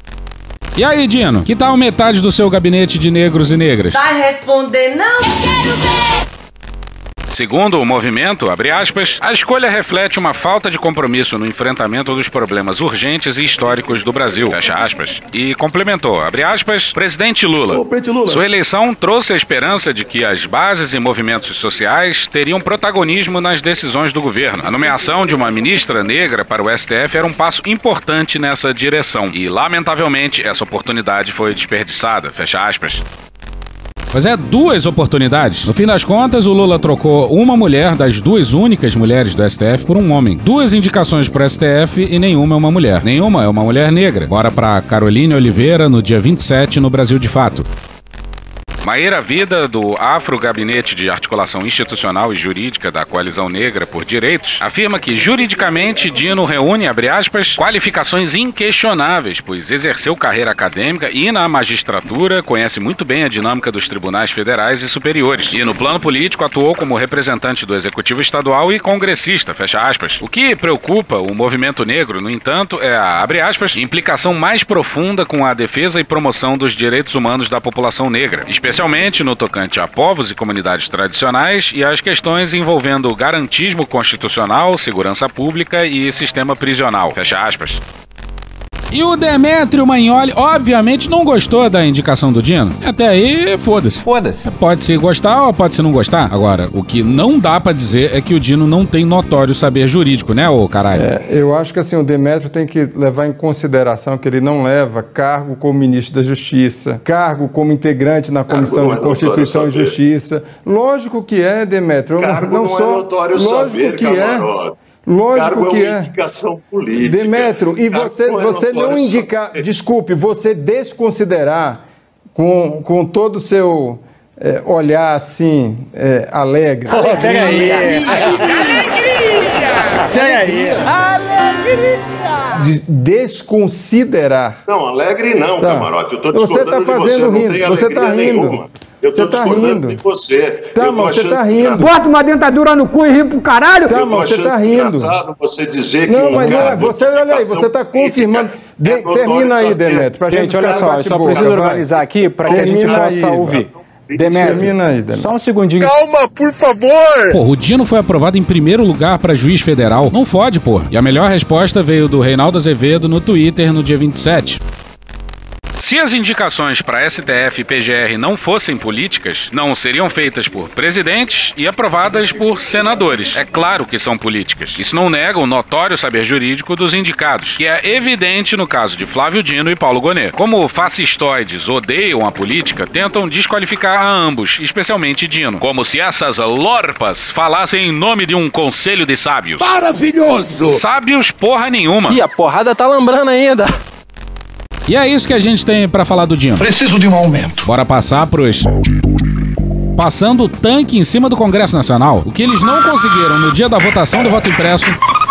E aí, Dino, que tal metade do seu gabinete de negros e negras? Vai responder não? Eu quero ver! Segundo o movimento, abre aspas, a escolha reflete uma falta de compromisso no enfrentamento dos problemas urgentes e históricos do Brasil, fecha aspas. E complementou, abre aspas, presidente Lula. Ô, presidente Lula. Sua eleição trouxe a esperança de que as bases e movimentos sociais teriam protagonismo nas decisões do governo. A nomeação de uma ministra negra para o S T F era um passo importante nessa direção. E, lamentavelmente, essa oportunidade foi desperdiçada, fecha aspas. Pois é, duas oportunidades. No fim das contas, o Lula trocou uma mulher das duas únicas mulheres do S T F por um homem. Duas indicações para o S T F e nenhuma é uma mulher. Nenhuma é uma mulher negra. Bora para Caroline Oliveira no dia vinte e sete no Brasil de Fato. Maíra Vida, do Afro Gabinete de Articulação Institucional e Jurídica da Coalizão Negra por Direitos, afirma que juridicamente Dino reúne, abre aspas, qualificações inquestionáveis, pois exerceu carreira acadêmica e na magistratura, conhece muito bem a dinâmica dos tribunais federais e superiores. E no plano político atuou como representante do Executivo Estadual e congressista, fecha aspas. O que preocupa o movimento negro, no entanto, é a, abre aspas, implicação mais profunda com a defesa e promoção dos direitos humanos da população negra, especialmente especialmente no tocante a povos e comunidades tradicionais e as questões envolvendo garantismo constitucional, segurança pública e sistema prisional. Fecha aspas. E o Demétrio Magnoli, obviamente, não gostou da indicação do Dino. Até aí, foda-se. Foda-se. Pode-se gostar ou pode-se não gostar. Agora, o que não dá pra dizer é que o Dino não tem notório saber jurídico, né, ô caralho? É, eu acho que assim, o Demétrio tem que levar em consideração que ele não leva cargo como ministro da Justiça, cargo como integrante na Comissão de Constituição e Justiça. Lógico que é, Demétrio. Cargo não, não não só, é notório lógico saber, que camarada. é. Lógico Cargo que é uma é. indicação política. Demétrio, e você, você não indicar, desculpe, você desconsiderar com, com todo o seu é, olhar assim, é, alegre. Pô, pega aí. Alegria! Pega aí. Alegria! de desconsiderar. Não, alegre não, tá. Camarote. Eu tô você tá fazendo de você, rindo, você tá rindo. Nenhuma. Eu tô você tá rindo. de você. Tá, mas você tá rindo. Bota uma dentadura no cu e ri pro caralho. Tá, mas você tá rindo. Você dizer que não, um mas não é. Você, olha aí, você tá confirmando. De, é termina aí, Demetrio, pra gente, gente olha só, eu só preciso organizar aqui pra que a gente possa aí, ouvir. Demetrio, termina aí, Demetrio. Só um segundinho. Calma, por favor! Pô, o Dino foi aprovado em primeiro lugar pra juiz federal. Não fode, pô. E a melhor resposta veio do Reinaldo Azevedo no Twitter no dia vinte e sete. Se as indicações para S T F e P G R não fossem políticas, não seriam feitas por presidentes e aprovadas por senadores. É claro que são políticas. Isso não nega o notório saber jurídico dos indicados, que é evidente no caso de Flávio Dino e Paulo Gonet. Como fascistoides odeiam a política, tentam desqualificar a ambos, especialmente Dino. Como se essas lorpas falassem em nome de um conselho de sábios. Maravilhoso! Sábios porra nenhuma. E a porrada tá lambrando ainda. E é isso que a gente tem pra falar do Dino. Preciso de um aumento. Bora passar pros... Passando o tanque em cima do Congresso Nacional. O que eles não conseguiram no dia da votação do voto impresso,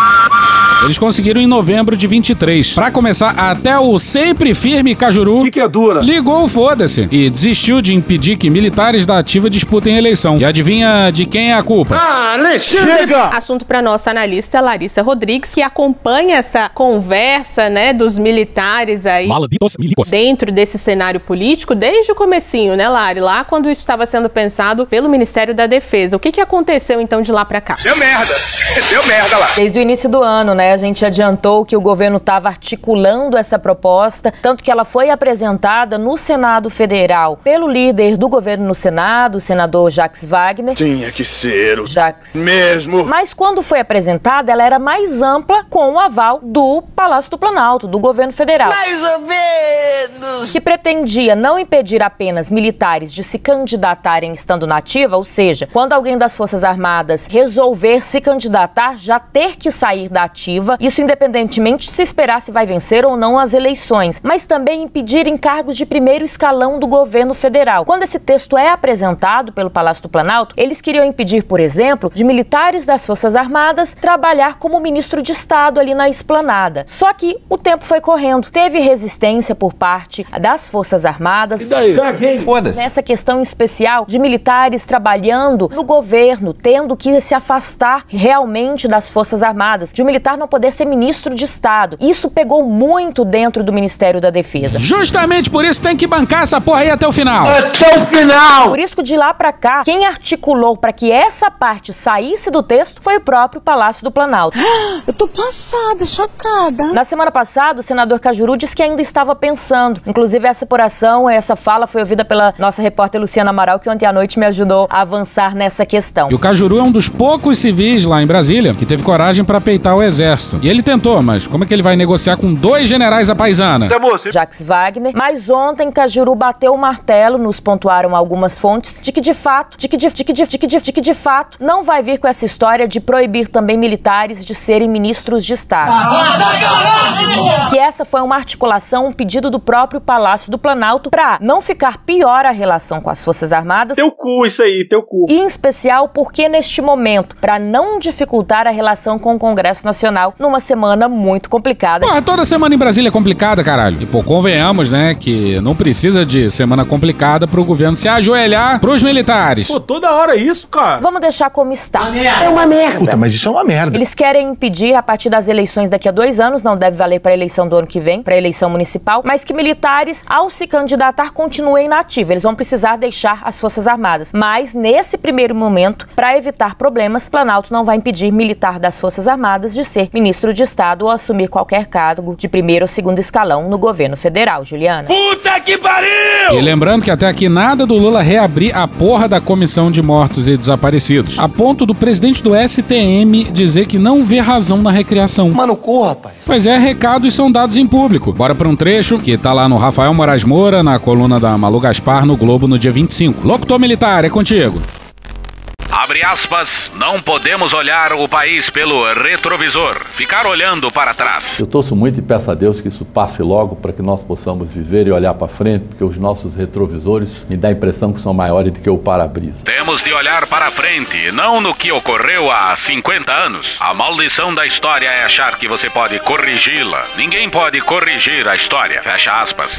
eles conseguiram em novembro de vinte e três. Pra começar, até o sempre firme Cajuru que que é dura? ligou o foda-se e desistiu de impedir que militares da ativa disputem a eleição. E adivinha de quem é a culpa? Ah, chega! Assunto para nossa analista Larissa Rodrigues, que acompanha essa conversa, né, dos militares aí dentro desse cenário político desde o comecinho, né, Lari? Lá quando isso estava sendo pensado pelo Ministério da Defesa. O que que aconteceu então de lá pra cá? Deu merda! Deu merda lá! Desde o início do ano, né, a gente adiantou que o governo estava articulando essa proposta, tanto que ela foi apresentada no Senado Federal pelo líder do governo no Senado, o senador Jacques Wagner. Tinha que ser o Jacques. Mesmo. Mas quando foi apresentada, ela era mais ampla com o aval do Palácio do Planalto, do governo federal. Mais ou menos. Que pretendia não impedir apenas militares de se candidatarem estando na ativa, ou seja, quando alguém das Forças Armadas resolver se candidatar, já ter que sair da ativa. Isso independentemente de se esperar se vai vencer ou não as eleições, mas também impedir encargos de primeiro escalão do governo federal. Quando esse texto é apresentado pelo Palácio do Planalto, eles queriam impedir, por exemplo, de militares das Forças Armadas trabalhar como ministro de Estado ali na esplanada. Só que o tempo foi correndo. Teve resistência por parte das Forças Armadas. E daí? Foda-se. Nessa questão especial de militares trabalhando no governo, tendo que se afastar realmente das Forças Armadas, de um militar não poder ser ministro de Estado. Isso pegou muito dentro do Ministério da Defesa. Justamente por isso tem que bancar essa porra aí até o final. Até o final! Por isso que de lá pra cá, quem articulou para que essa parte saísse do texto foi o próprio Palácio do Planalto. Eu tô passada, chocada. Na semana passada, o senador Cajuru disse que ainda estava pensando. Inclusive, essa apuração, essa fala foi ouvida pela nossa repórter Luciana Amaral, que ontem à noite me ajudou a avançar nessa questão. E o Cajuru é um dos poucos civis lá em Brasília que teve coragem pra peitar o exército. E ele tentou, mas como é que ele vai negociar com dois generais à paisana? Jacques Wagner. Mas ontem Cajuru bateu o martelo, nos pontuaram algumas fontes, de que de fato, de que de, de que de, de que de, de que de fato não vai vir com essa história de proibir também militares de serem ministros de Estado. Que essa foi uma articulação, um pedido do próprio Palácio do Planalto para não ficar pior a relação com as Forças Armadas. Teu cu, isso aí, teu cu. E em especial porque neste momento, para não dificultar a relação com o Congresso Nacional, numa semana muito complicada. Porra, toda semana em Brasília é complicada, caralho. E pô, convenhamos, né, que não precisa de semana complicada pro governo se ajoelhar pros militares. Pô, toda hora isso, cara. Vamos deixar como está. É uma merda. Puta, mas isso é uma merda. Eles querem impedir, a partir das eleições daqui a dois anos, não deve valer para a eleição do ano que vem, para a eleição municipal, mas que militares, ao se candidatar, continuem na ativa. Eles vão precisar deixar as Forças Armadas. Mas, nesse primeiro momento, para evitar problemas, Planalto não vai impedir militar das Forças Armadas de ser ministro de Estado ou assumir qualquer cargo de primeiro ou segundo escalão no governo federal, Juliana. Puta que pariu! E lembrando que até aqui nada do Lula reabrir a porra da Comissão de Mortos e Desaparecidos, a ponto do presidente do S T M dizer que não vê razão na recriação. Mano, corra, rapaz. Pois é, recados são dados em público. Bora pra um trecho que tá lá no Rafael Moraes Moura, na coluna da Malu Gaspar, no Globo, no dia vinte e cinco. Locutor militar, é contigo. A Abre aspas, não podemos olhar o país pelo retrovisor, ficar olhando para trás. Eu torço muito e peço a Deus que isso passe logo para que nós possamos viver e olhar para frente, porque os nossos retrovisores me dá a impressão que são maiores do que o para-brisa. Temos de olhar para frente, não no que ocorreu há cinquenta anos. A maldição da história é achar que você pode corrigi-la. Ninguém pode corrigir a história. Fecha aspas.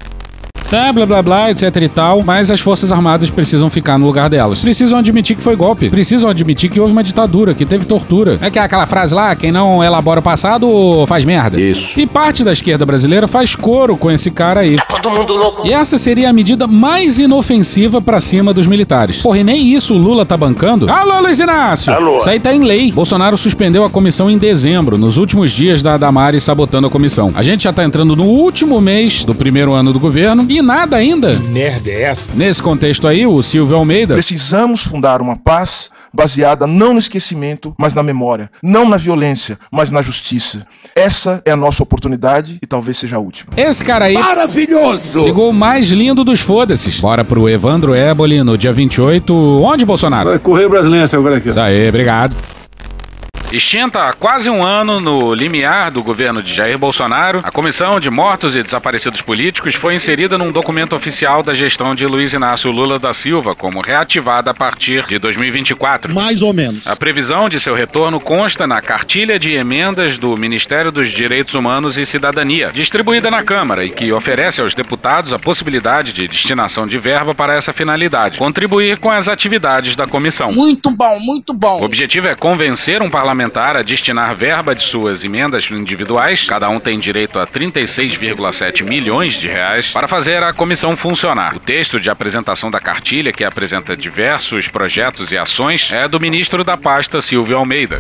Tá, blá blá blá, etc e tal, mas as Forças Armadas precisam ficar no lugar delas. Precisam admitir que foi golpe. Precisam admitir que houve uma ditadura, que teve tortura. É que é aquela frase lá, quem não elabora o passado faz merda. Isso. E parte da esquerda brasileira faz coro com esse cara aí. Todo mundo louco. E essa seria a medida mais inofensiva pra cima dos militares. Porra, e nem isso o Lula tá bancando? Alô, Luiz Inácio! Alô. Isso aí tá em lei. Bolsonaro suspendeu a comissão em dezembro, nos últimos dias da Damares sabotando a comissão. A gente já tá entrando no último mês do primeiro ano do governo e nada ainda. Que merda é essa? Nesse contexto aí, o Silvio Almeida... Precisamos fundar uma paz baseada não no esquecimento, mas na memória. Não na violência, mas na justiça. Essa é a nossa oportunidade e talvez seja a última. Esse cara aí... Maravilhoso! Ligou o mais lindo dos foda-se. Bora pro Evandro Éboli no dia vinte e oito. Onde, Bolsonaro? Vai correr brasileiro agora aqui. Isso aí, obrigado. Extinta há quase um ano no limiar do governo de Jair Bolsonaro, a Comissão de Mortos e Desaparecidos Políticos foi inserida num documento oficial da gestão de Luiz Inácio Lula da Silva como reativada a partir de dois mil e vinte e quatro. Mais ou menos. A previsão de seu retorno consta na cartilha de emendas do Ministério dos Direitos Humanos e Cidadania, distribuída na Câmara e que oferece aos deputados a possibilidade de destinação de verba para essa finalidade, contribuir com as atividades da comissão. Muito bom, muito bom. O objetivo é convencer um parlamentar a destinar verba de suas emendas individuais, cada um tem direito a trinta e seis vírgula sete milhões de reais, para fazer a comissão funcionar. O texto de apresentação da cartilha, que apresenta diversos projetos e ações, é do ministro da pasta, Silvio Almeida.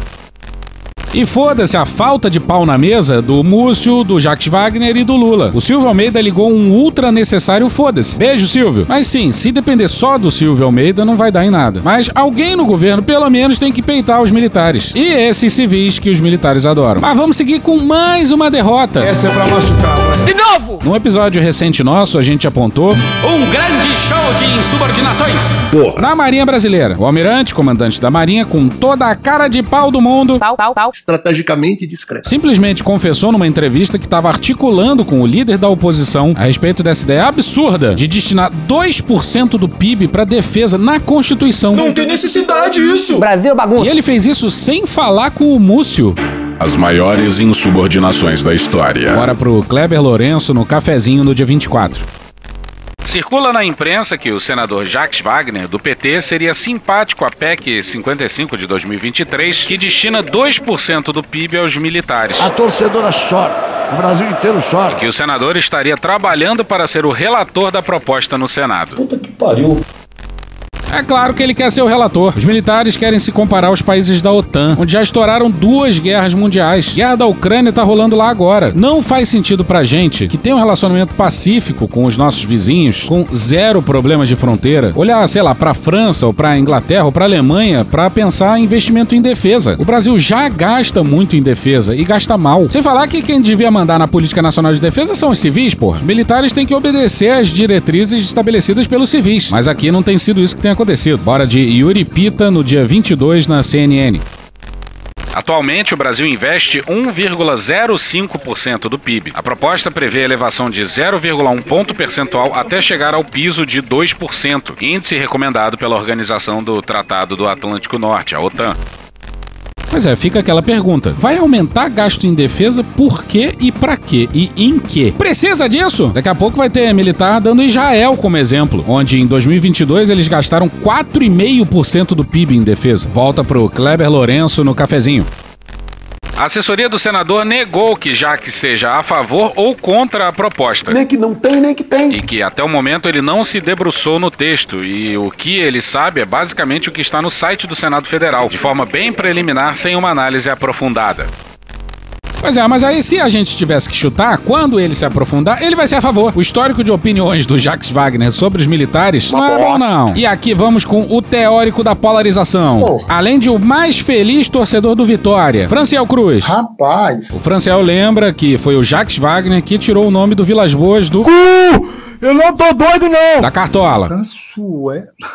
E foda-se a falta de pau na mesa do Múcio, do Jacques Wagner e do Lula. O Silvio Almeida ligou um ultra necessário foda-se. Beijo, Silvio. Mas sim, se depender só do Silvio Almeida, não vai dar em nada. Mas alguém no governo, pelo menos, tem que peitar os militares. E esses civis que os militares adoram. Mas vamos seguir com mais uma derrota. Essa é pra machucar, né? De novo! Num episódio recente nosso, a gente apontou um grande show de insubordinações. Porra. Na Marinha Brasileira. O almirante, comandante da Marinha, com toda a cara de pau do mundo... Pau, pau, pau. Estrategicamente discreto. Simplesmente confessou numa entrevista que estava articulando com o líder da oposição a respeito dessa ideia absurda de destinar dois por cento do P I B para defesa na Constituição. Não tem necessidade isso! Brasil bagunça. E ele fez isso sem falar com o Múcio. As maiores insubordinações da história. Bora pro Kleber Lourenço no cafezinho no dia vinte e quatro. Circula na imprensa que o senador Jacques Wagner, do P T, seria simpático à P E C cinquenta e cinco de dois mil e vinte e três, que destina dois por cento do P I B aos militares. A torcedora chora. O Brasil inteiro chora. E que o senador estaria trabalhando para ser o relator da proposta no Senado. Puta que pariu. É claro que ele quer ser o relator. Os militares querem se comparar aos países da OTAN, onde já estouraram duas guerras mundiais. Guerra da Ucrânia tá rolando lá agora. Não faz sentido pra gente, que tem um relacionamento pacífico com os nossos vizinhos, com zero problemas de fronteira, olhar, sei lá, pra França, ou pra Inglaterra, ou pra Alemanha, pra pensar em investimento em defesa. O Brasil já gasta muito em defesa, e gasta mal. Sem falar que quem devia mandar na Política Nacional de Defesa são os civis, pô. Os militares têm que obedecer às diretrizes estabelecidas pelos civis. Mas aqui não tem sido isso que tem acontecido. acontecido. Bora de Yuri Pita no dia vinte e dois na C N N. Atualmente, o Brasil investe um vírgula zero cinco por cento do P I B. A proposta prevê elevação de zero vírgula um ponto percentual até chegar ao piso de dois por cento, índice recomendado pela Organização do Tratado do Atlântico Norte, a OTAN. Pois é, fica aquela pergunta. Vai aumentar gasto em defesa por quê e pra quê? E em quê? Precisa disso? Daqui a pouco vai ter militar dando Israel como exemplo, onde em dois mil e vinte e dois eles gastaram quatro vírgula cinco por cento do P I B em defesa. Volta pro Kleber Lourenço no cafezinho. A assessoria do senador negou que Jacques seja a favor ou contra a proposta. Nem que não tem, nem que tem. E que até o momento ele não se debruçou no texto. E o que ele sabe é basicamente o que está no site do Senado Federal, de forma bem preliminar, sem uma análise aprofundada. Pois é, mas aí se a gente tivesse que chutar, quando ele se aprofundar, ele vai ser a favor. O histórico de opiniões do Jacques Wagner sobre os militares não é bom, não. E aqui vamos com o teórico da polarização. Oh. Além de o mais feliz torcedor do Vitória, Franciel Cruz. Rapaz. O Franciel lembra que foi o Jacques Wagner que tirou o nome do Vilas Boas do... Uh, eu não tô doido, não. Da Cartola. François...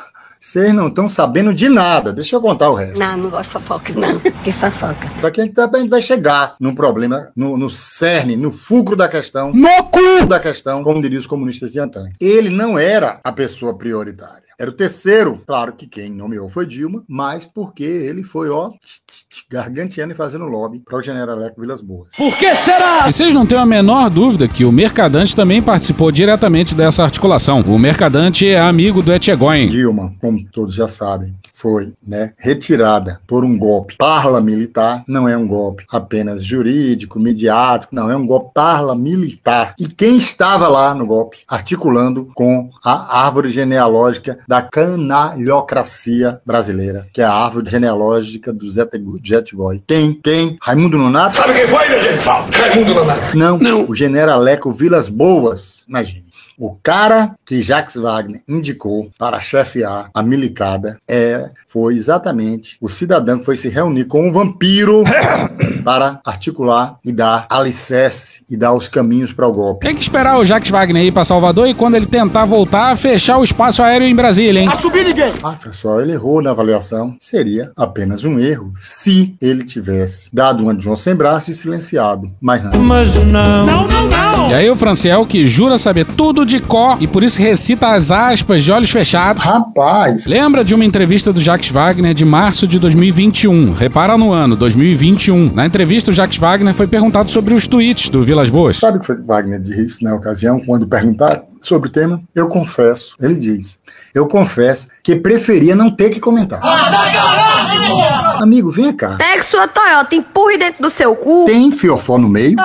Vocês não estão sabendo de nada. Deixa eu contar o resto. Não, não gosto de fofoca, não. Que fofoca. Só que a gente também vai chegar num problema, no, no cerne, no fulcro da questão. No cu da questão, como diriam os comunistas de antanho. Ele não era a pessoa prioritária. Era o terceiro. Claro que quem nomeou foi Dilma, mas porque ele foi, ó, garganteando e fazendo lobby para o general Leco Vilas Boas. Por que será? E vocês não têm a menor dúvida que o Mercadante também participou diretamente dessa articulação. O Mercadante é amigo do Etchegóin. Dilma, como todos já sabem, foi, né, retirada por um golpe parla-militar. Não é um golpe apenas jurídico, midiático, não, é um golpe parla-militar. E quem estava lá no golpe, articulando com a árvore genealógica da canalhocracia brasileira, que é a árvore genealógica do Zé Etchegóin. Quem? Quem? Raimundo Nonato? Sabe quem foi, meu gente? Raimundo Nonato. Não, não. O general Leco Vilas Boas, imagine. O cara que Jacques Wagner indicou para chefiar a milicada é, foi exatamente o cidadão que foi se reunir com um vampiro para articular e dar alicerce e dar os caminhos para o golpe. Tem que esperar o Jacques Wagner ir para Salvador e quando ele tentar voltar, fechar o espaço aéreo em Brasília, hein? A subir ninguém! Ah, pessoal, ele errou na avaliação. Seria apenas um erro se ele tivesse dado uma de João sem braço e silenciado. Mas não. Mas não. Não, não, não! E aí o Franciel, que jura saber tudo de cor e por isso recita as aspas de olhos fechados. Rapaz! Lembra de uma entrevista do Jacques Wagner de março de dois mil e vinte e um. Repara no ano, dois mil e vinte e um. Na entrevista, o Jacques Wagner foi perguntado sobre os tweets do Vilas Boas. Sabe o que foi que Wagner disse na ocasião, quando perguntar sobre o tema? Eu confesso, ele diz, eu confesso que preferia não ter que comentar. Amigo, vem cá. Pega sua Toyota, empurre dentro do seu cu. Tem fiofó no meio?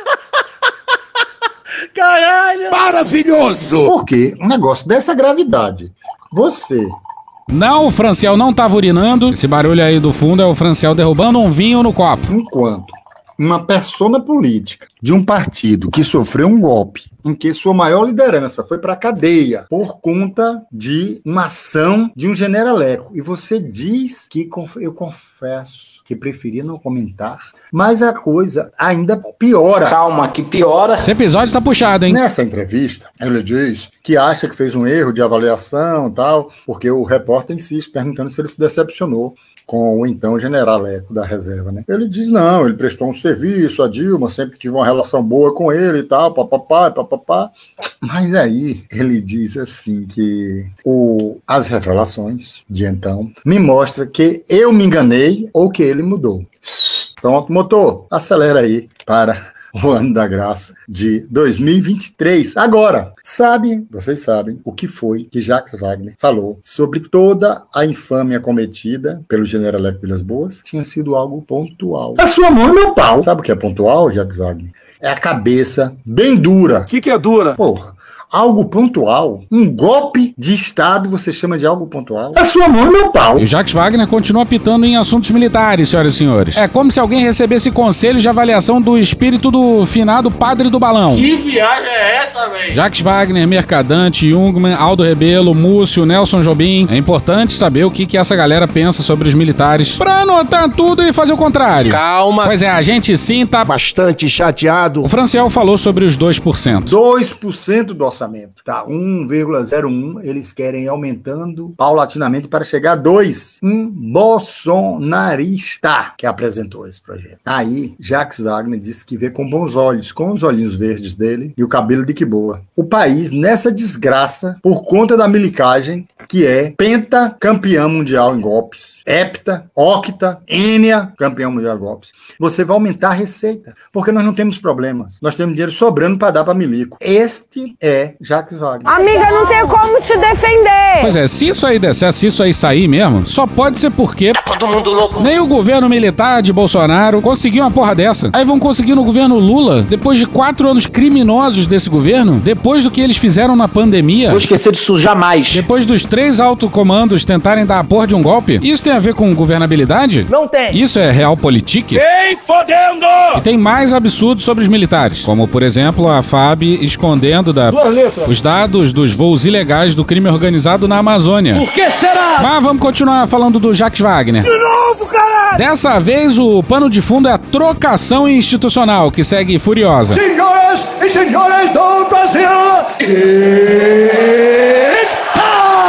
Caralho! Maravilhoso! Porque um negócio dessa gravidade, você... Não, o Franciel não tava urinando. Esse barulho aí do fundo é o Franciel derrubando um vinho no copo. Enquanto uma persona política de um partido que sofreu um golpe em que sua maior liderança foi para a cadeia por conta de uma ação de um generaleco. E você diz que, eu confesso, que preferia não comentar, mas a coisa ainda piora. Calma, que piora. Esse episódio tá puxado, hein? Nessa entrevista, ele diz que acha que fez um erro de avaliação e tal, porque o repórter insiste perguntando se ele se decepcionou com o então general Leco da reserva, né? Ele diz não, ele prestou um serviço a Dilma, sempre tive uma relação boa com ele e tal, papapá, papapá. Mas aí ele diz assim que o, as revelações de então me mostram que eu me enganei ou que ele mudou. Pronto, motor, acelera aí para o ano da graça de dois mil e vinte e três. Agora, sabe, vocês sabem o que foi que Jacques Wagner falou sobre toda a infâmia cometida pelo general Leco Vilas Boas? Tinha sido algo pontual. A sua mão, meu pau. Sabe o que é pontual, Jacques Wagner? É a cabeça bem dura. O que, que é dura? Porra, algo pontual. Um golpe de Estado você chama de algo pontual? A sua mão, meu pau. E o Jacques Wagner continua apitando em assuntos militares, senhoras e senhores. É como se alguém recebesse conselhos de avaliação do espírito do finado padre do balão. Que viagem é essa, velho? Jacques Wagner, Mercadante, Jungmann, Aldo Rebelo, Múcio, Nelson Jobim. É importante saber o que, que essa galera pensa sobre os militares pra anotar tudo e fazer o contrário. Calma. Pois é, a gente sim tá bastante chateado. O Franciel falou sobre os dois por cento. dois por cento do orçamento. Tá, um vírgula zero um, eles querem ir aumentando paulatinamente para chegar a dois. Um bolsonarista que apresentou esse projeto. Aí, Jacques Wagner disse que vê com bons olhos, com os olhinhos verdes dele e o cabelo de que boa. O país nessa desgraça por conta da milicagem que é pentacampeão mundial em golpes, hepta, octa, ênia, campeão mundial em golpes. Você vai aumentar a receita, porque nós não temos problemas. Nós temos dinheiro sobrando para dar para milico. Este é Jacques Wagner. Amiga, não tem como te defender. Pois é, se isso aí der certo, se isso aí sair mesmo, só pode ser porque todo mundo louco. Nem o governo militar de Bolsonaro conseguiu uma porra dessa. Aí vão conseguir no governo Lula, depois de quatro anos criminosos desse governo, depois do que eles fizeram na pandemia. Vou esquecer disso jamais. Depois dos três alto-comandos tentarem dar a porra de um golpe. Isso tem a ver com governabilidade? Não tem. Isso é realpolitik? Ei, fodendo! E tem mais absurdos sobre os militares, como, por exemplo, a F A B escondendo da... os dados dos voos ilegais do crime organizado na Amazônia. Por que será? Mas vamos continuar falando do Jacques Wagner. De novo, caralho! Dessa vez, o pano de fundo é a trocação institucional, que segue furiosa. Senhoras e senhores do Brasil! E se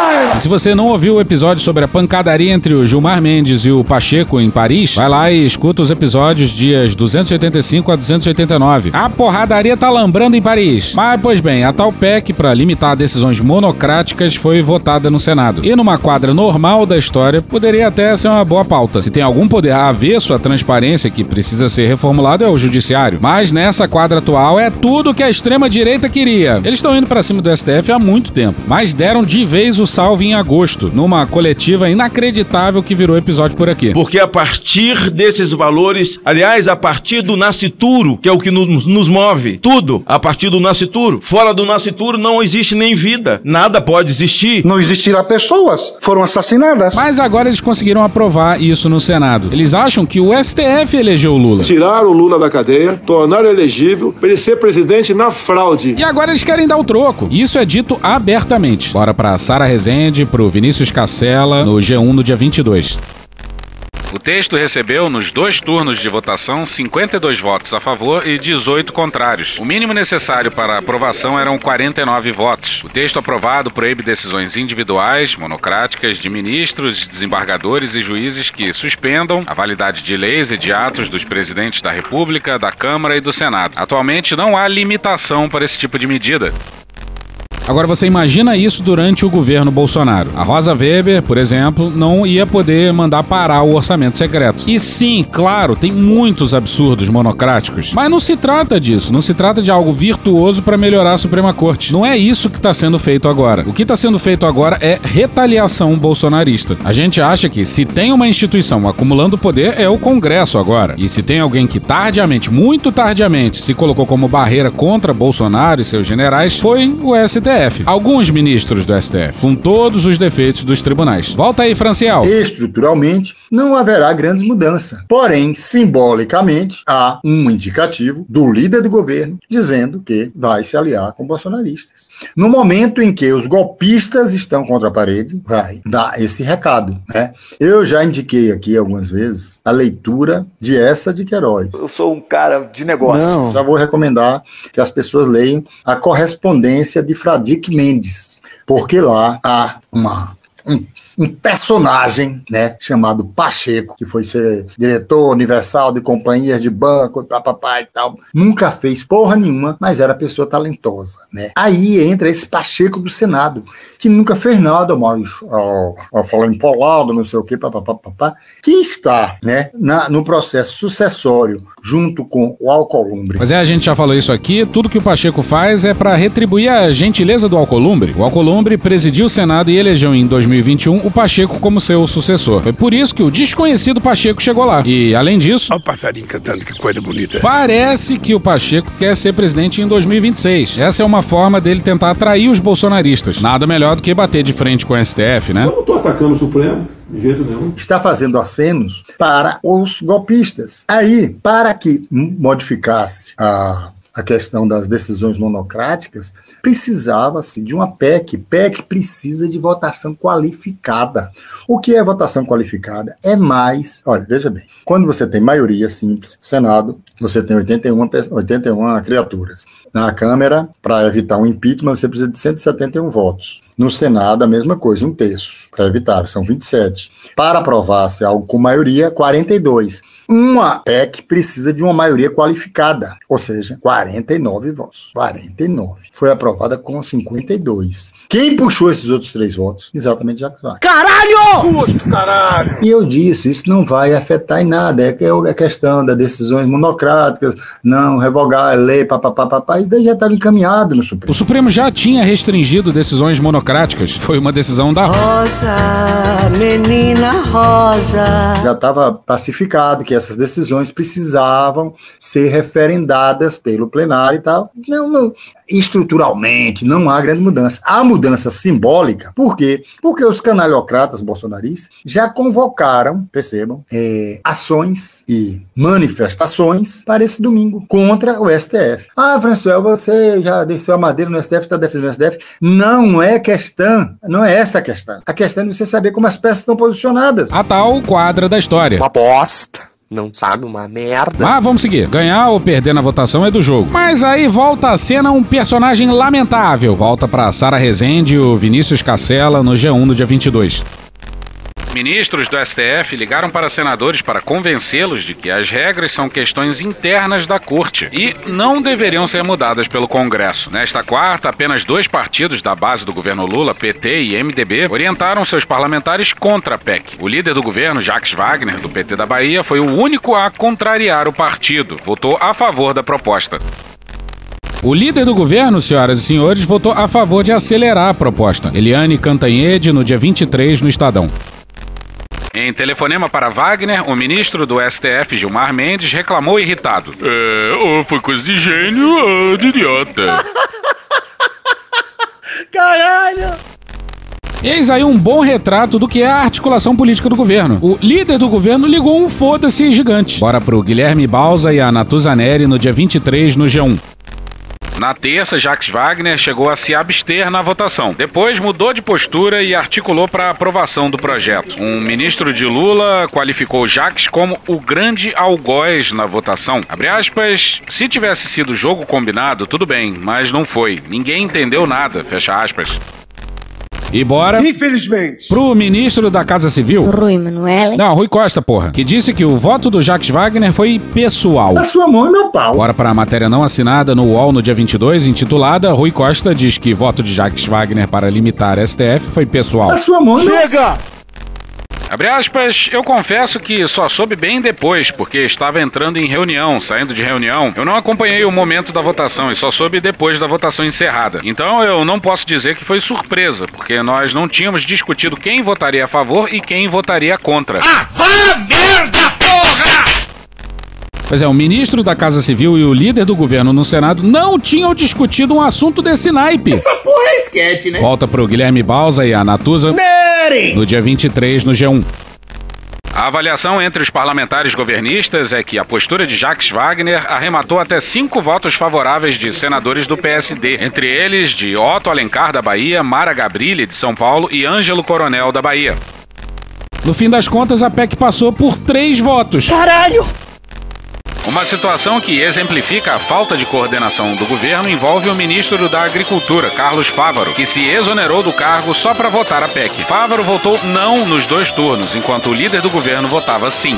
se você não ouviu o episódio sobre a pancadaria entre o Gilmar Mendes e o Pacheco em Paris, vai lá e escuta os episódios dias duzentos e oitenta e cinco a duzentos e oitenta e nove. A porradaria tá lambrando em Paris. Mas, pois bem, a tal P E C para limitar decisões monocráticas foi votada no Senado. E numa quadra normal da história, poderia até ser uma boa pauta. Se tem algum poder avesso à transparência que precisa ser reformulado é o judiciário. Mas nessa quadra atual é tudo que a extrema-direita queria. Eles estão indo pra cima do S T F há muito tempo, mas deram de vez o salve em agosto, numa coletiva inacreditável que virou episódio por aqui. Porque a partir desses valores, aliás, a partir do nascituro, que é o que nos, nos move, tudo a partir do nascituro. Fora do nascituro não existe nem vida, nada pode existir. Não existirá pessoas, foram assassinadas. Mas agora eles conseguiram aprovar isso no Senado. Eles acham que o S T F elegeu o Lula. Tirar o Lula da cadeia, tornar elegível para ele ser presidente na fraude. E agora eles querem dar o troco. Isso é dito abertamente. Bora pra Sara Rezende, pro Vinícius Cassela, no G um no dia vinte e dois. O texto recebeu, nos dois turnos de votação, cinquenta e dois votos a favor e dezoito contrários. O mínimo necessário para a aprovação eram quarenta e nove votos. O texto aprovado proíbe decisões individuais, monocráticas, de ministros, desembargadores e juízes que suspendam a validade de leis e de atos dos presidentes da República, da Câmara e do Senado. Atualmente não há limitação para esse tipo de medida. Agora você imagina isso durante o governo Bolsonaro. A Rosa Weber, por exemplo, não ia poder mandar parar o orçamento secreto. E sim, claro, tem muitos absurdos monocráticos. Mas não se trata disso, não se trata de algo virtuoso para melhorar a Suprema Corte. Não é isso que está sendo feito agora. O que está sendo feito agora é retaliação bolsonarista. A gente acha que se tem uma instituição acumulando poder é o Congresso agora. E se tem alguém que tardiamente, muito tardiamente, se colocou como barreira contra Bolsonaro e seus generais, foi o S T F. Alguns ministros do S T F, com todos os defeitos dos tribunais. Volta aí, Franciel. Estruturalmente, não haverá grande mudança. Porém, simbolicamente, há um indicativo do líder do governo dizendo que vai se aliar com bolsonaristas. No momento em que os golpistas estão contra a parede, vai dar esse recado, né? Eu já indiquei aqui algumas vezes a leitura de Essa de Queiroz. Eu sou um cara de negócio. Não. Já vou recomendar que as pessoas leiam a correspondência de Fradique Mendes, porque lá há uma, um, um personagem, né, chamado Pacheco, que foi ser diretor universal de companhias de banco, papapá e tal, nunca fez porra nenhuma, mas era pessoa talentosa, né? Aí entra esse Pacheco do Senado, que nunca fez nada, mas ó, ó, falou empolado, não sei o que, papapá, papapá, que está, né, na, no processo sucessório, junto com o Alcolumbre. Mas é, a gente já falou isso aqui, tudo que o Pacheco faz é para retribuir a gentileza do Alcolumbre. O Alcolumbre presidiu o Senado e elegeu em dois mil e vinte e um o Pacheco como seu sucessor. Foi por isso que o desconhecido Pacheco chegou lá. E, além disso... Olha o passarinho cantando, que coisa bonita. Parece que o Pacheco quer ser presidente em dois mil e vinte e seis. Essa é uma forma dele tentar atrair os bolsonaristas. Nada melhor do que bater de frente com o S T F, né? Eu não tô atacando o Supremo. De jeito nenhum. Está fazendo acenos para os golpistas. Aí, para que modificasse a, a questão das decisões monocráticas, precisava-se de uma P E C. P E C precisa de votação qualificada. O que é votação qualificada? É mais... Olha, veja bem, quando você tem maioria simples, Senado, você tem oitenta e uma, oitenta e uma criaturas. Na Câmara, para evitar um impeachment, você precisa de cento e setenta e um votos. No Senado, a mesma coisa, um terço, para evitar, são vinte e sete. Para aprovar-se algo com maioria, quarenta e dois. Uma P E C precisa de uma maioria qualificada, ou seja, quarenta e nove votos. quarenta e nove. Foi aprovada com cinquenta e dois. Quem puxou esses outros três votos? Exatamente Jacques Wagner. Caralho! Susto, caralho! E eu disse, isso não vai afetar em nada, é a questão das decisões monocráticas, não revogar a lei, papapá, papá, isso daí já estava encaminhado no Supremo. O Supremo já tinha restringido decisões monocráticas, foi uma decisão da Rosa, menina Rosa. Já estava pacificado que essas decisões precisavam ser referendadas pelo plenário e tal. Não, não, estruturalmente não há grande mudança. Há mudança simbólica, por quê? Porque os canalhocratas bolsonaristas já convocaram, percebam, é, ações e manifestações para esse domingo contra o S T F. Ah, François, você já desceu a madeira no S T F, está defendendo o S T F. Não é questão, não é esta a questão. A questão é você saber como as peças estão posicionadas. A tal quadra da história. Uma bosta. não sabe uma merda. Mas vamos seguir. Ganhar ou perder na votação é do jogo. Mas aí volta a cena um personagem lamentável. Volta pra Sara Rezende e o Vinícius Cassella no G um do dia vinte e dois. Ministros do S T F ligaram para senadores para convencê-los de que as regras são questões internas da corte e não deveriam ser mudadas pelo Congresso. Nesta quarta, apenas dois partidos da base do governo Lula, P T e M D B, orientaram seus parlamentares contra a P E C. O líder do governo, Jacques Wagner, do P T da Bahia, foi o único a contrariar o partido. Votou a favor da proposta. O líder do governo, senhoras e senhores, votou a favor de acelerar a proposta. Eliane Cantanhede, no dia vinte e três, no Estadão. Em telefonema para Wagner, o ministro do S T F, Gilmar Mendes, reclamou irritado. É, ou foi coisa de gênio ou de idiota. Caralho! Eis aí um bom retrato do que é a articulação política do governo. O líder do governo ligou um foda-se gigante. Bora pro Guilherme Balsa e a Natuza Neri no dia vinte e três, no G um. Na terça, Jacques Wagner chegou a se abster na votação. Depois mudou de postura e articulou para a aprovação do projeto. Um ministro de Lula qualificou Jacques como o grande algoz na votação. Abre aspas, se tivesse sido jogo combinado, tudo bem, mas não foi. Ninguém entendeu nada, fecha aspas. E bora, infelizmente, pro ministro da Casa Civil, Rui Manoel. Não, Rui Costa, porra, que disse que o voto do Jacques Wagner foi pessoal. A sua mão e meu pau. Bora pra matéria não assinada no U O L no dia vinte e dois, intitulada Rui Costa diz que voto de Jacques Wagner para limitar S T F foi pessoal. A sua mão e meu... Chega! Abre aspas, eu confesso que só soube bem depois, porque estava entrando em reunião, saindo de reunião. Eu não acompanhei o momento da votação e só soube depois da votação encerrada. Então eu não posso dizer que foi surpresa, porque nós não tínhamos discutido quem votaria a favor e quem votaria contra. Ah, ah merda, porra! Pois é, o ministro da Casa Civil e o líder do governo no Senado não tinham discutido um assunto desse naipe. Essa porra é esquete, né? Volta pro Guilherme Balsa e a Natuza Neri! No dia vinte e três, no G um. A avaliação entre os parlamentares governistas é que a postura de Jacques Wagner arrematou até cinco votos favoráveis de senadores do P S D, entre eles de Otto Alencar, da Bahia, Mara Gabrilli, de São Paulo e Ângelo Coronel, da Bahia. No fim das contas, a P E C passou por três votos. Caralho! Uma situação que exemplifica a falta de coordenação do governo envolve o ministro da Agricultura, Carlos Fávaro, que se exonerou do cargo só para votar a P E C. Fávaro votou não nos dois turnos, enquanto o líder do governo votava sim.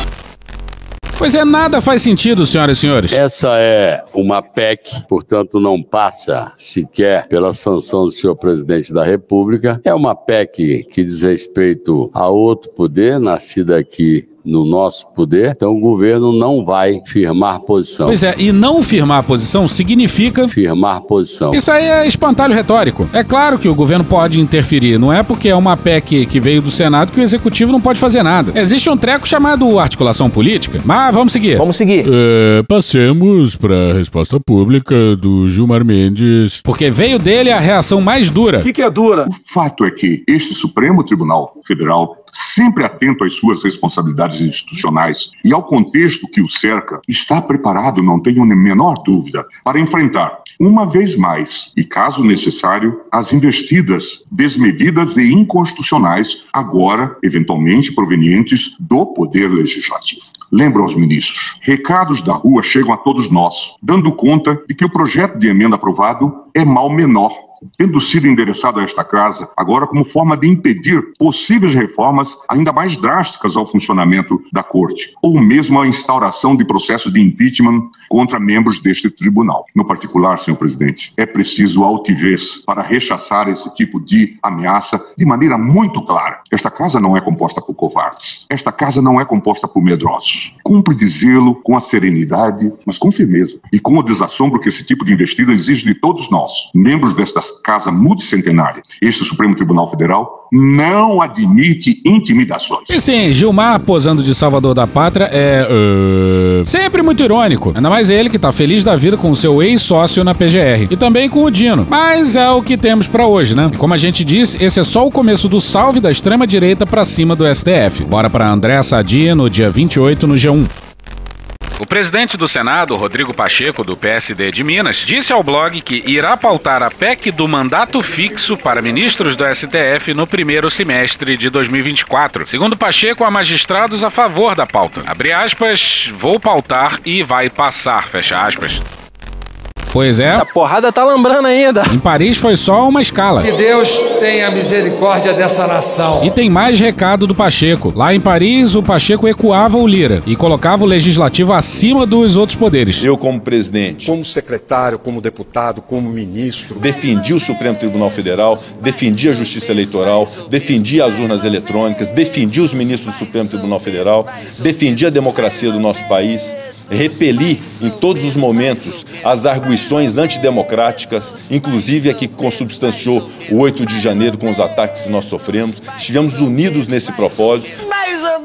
Pois é, nada faz sentido, senhoras e senhores. Essa é uma P E C, portanto não passa sequer pela sanção do senhor presidente da República. É uma P E C que diz respeito a outro poder, nascido aqui no nosso poder, então o governo não vai firmar posição. Pois é, e não firmar posição significa... Firmar posição. Isso aí é espantalho retórico. É claro que o governo pode interferir, não é porque é uma P E C que veio do Senado que o Executivo não pode fazer nada. Existe um treco chamado articulação política, mas vamos seguir. Vamos seguir. É, passemos para a resposta pública do Gilmar Mendes. Porque veio dele a reação mais dura. O que, que é dura? O fato é que este Supremo Tribunal Federal, sempre atento às suas responsabilidades institucionais e ao contexto que o cerca, está preparado, não tenho a menor dúvida, para enfrentar, uma vez mais, e caso necessário, as investidas desmedidas e inconstitucionais, agora, eventualmente, provenientes do Poder Legislativo. Lembro aos ministros, recados da rua chegam a todos nós, dando conta de que o projeto de emenda aprovado é mal menor, tendo sido endereçado a esta casa, agora como forma de impedir possíveis reformas ainda mais drásticas ao funcionamento da Corte, ou mesmo a instauração de processos de impeachment contra membros deste tribunal. No particular, senhor presidente, é preciso altivez para rechaçar esse tipo de ameaça de maneira muito clara. Esta casa não é composta por covardes. Esta casa não é composta por medrosos. Cumpre dizê-lo com a serenidade, mas com firmeza, e com o desassombro que esse tipo de investida exige de todos nós, membros desta casa multicentenária. Este Supremo Tribunal Federal não admite intimidações. E sim, Gilmar posando de salvador da pátria é... Uh... sempre muito irônico. Ainda mais ele que tá feliz da vida com o seu ex-sócio na P G R. E também com o Dino. Mas é o que temos pra hoje, né? E como a gente disse, esse é só o começo do salve da extrema-direita pra cima do S T F. Bora pra André Sadi no dia vinte e oito no G um. O presidente do Senado, Rodrigo Pacheco, do P S D de Minas, disse ao blog que irá pautar a P E C do mandato fixo para ministros do S T F no primeiro semestre de dois mil e vinte e quatro. Segundo Pacheco, há magistrados a favor da pauta. Abre aspas, vou pautar e vai passar, fecha aspas. Pois é. A porrada tá lambrando ainda. Em Paris foi só uma escala. Que Deus tenha misericórdia dessa nação. E tem mais recado do Pacheco. Lá em Paris, o Pacheco ecoava o Lira e colocava o legislativo acima dos outros poderes. Eu, como presidente, como secretário, como deputado, como ministro, defendi o Supremo Tribunal Federal, defendi a Justiça Eleitoral, defendi as urnas eletrônicas, defendi os ministros do Supremo Tribunal Federal, defendi a democracia do nosso país. Repeli em todos os momentos as arguições antidemocráticas, inclusive a que consubstanciou o oito de janeiro com os ataques que nós sofremos. Estivemos unidos nesse propósito. Mais ou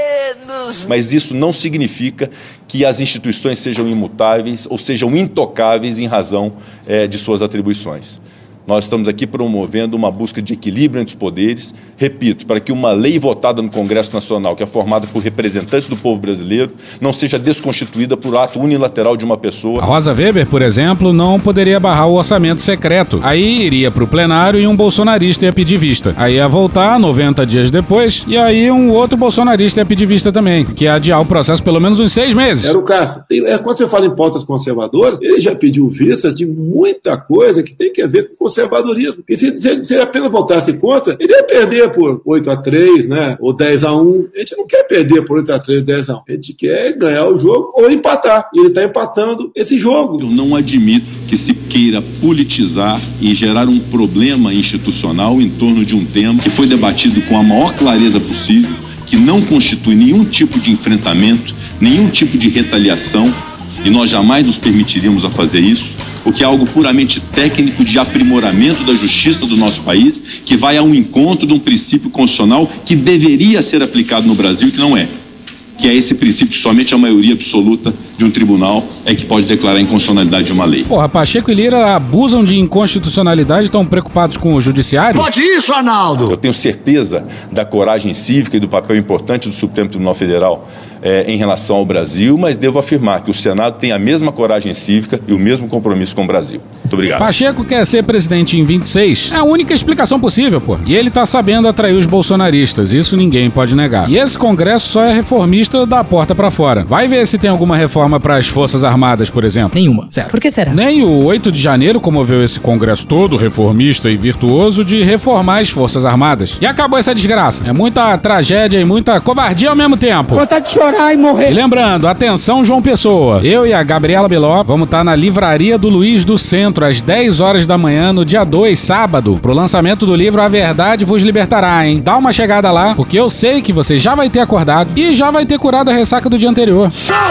menos. Mas isso não significa que as instituições sejam imutáveis ou sejam intocáveis em razão é, de suas atribuições. Nós estamos aqui promovendo uma busca de equilíbrio entre os poderes, repito, para que uma lei votada no Congresso Nacional, que é formada por representantes do povo brasileiro, não seja desconstituída por ato unilateral de uma pessoa. A Rosa Weber, por exemplo, não poderia barrar o orçamento secreto. Aí iria para o plenário e um bolsonarista ia pedir vista. Aí ia voltar noventa dias depois e aí um outro bolsonarista ia pedir vista também, que ia adiar o processo pelo menos uns seis meses. Era o Cássio. Quando você fala em pautas conservadoras, ele já pediu vista de muita coisa que tem que ver com conservadorismo. Conservadorismo. E se, se, se ele apenas votasse contra, ele ia perder por oito a três, né? Ou dez a um. A gente não quer perder por oito a três, dez a um. A gente quer ganhar o jogo ou empatar. E ele está empatando esse jogo. Eu não admito que se queira politizar e gerar um problema institucional em torno de um tema que foi debatido com a maior clareza possível, que não constitui nenhum tipo de enfrentamento, nenhum tipo de retaliação. E nós jamais nos permitiríamos a fazer isso, porque é algo puramente técnico de aprimoramento da justiça do nosso país, que vai ao encontro de um princípio constitucional que deveria ser aplicado no Brasil e que não é. Que é esse princípio que somente a maioria absoluta de um tribunal é que pode declarar a inconstitucionalidade de uma lei. Porra, Pacheco e Lira abusam de inconstitucionalidade e estão preocupados com o judiciário? Pode isso, Arnaldo! Eu tenho certeza da coragem cívica e do papel importante do Supremo Tribunal Federal é, em relação ao Brasil, mas devo afirmar que o Senado tem a mesma coragem cívica e o mesmo compromisso com o Brasil. Muito obrigado. Pacheco quer ser presidente em vinte e seis? É a única explicação possível, pô. E ele tá sabendo atrair os bolsonaristas, isso ninguém pode negar. E esse Congresso só é reformista da porta pra fora. Vai ver se tem alguma reforma para as Forças Armadas, por exemplo. Nenhuma. Zero. Por que será? Nem o oito de janeiro comoveu esse Congresso todo, reformista e virtuoso, de reformar as Forças Armadas. E acabou essa desgraça. É muita tragédia e muita covardia ao mesmo tempo. Vontade de chorar e morrer. E lembrando, atenção João Pessoa. Eu e a Gabriela Biló vamos estar na Livraria do Luiz do Centro às dez horas da manhã no dia dois, sábado, pro lançamento do livro A Verdade Vos Libertará, hein? Dá uma chegada lá, porque eu sei que você já vai ter acordado e já vai ter curado a ressaca do dia anterior.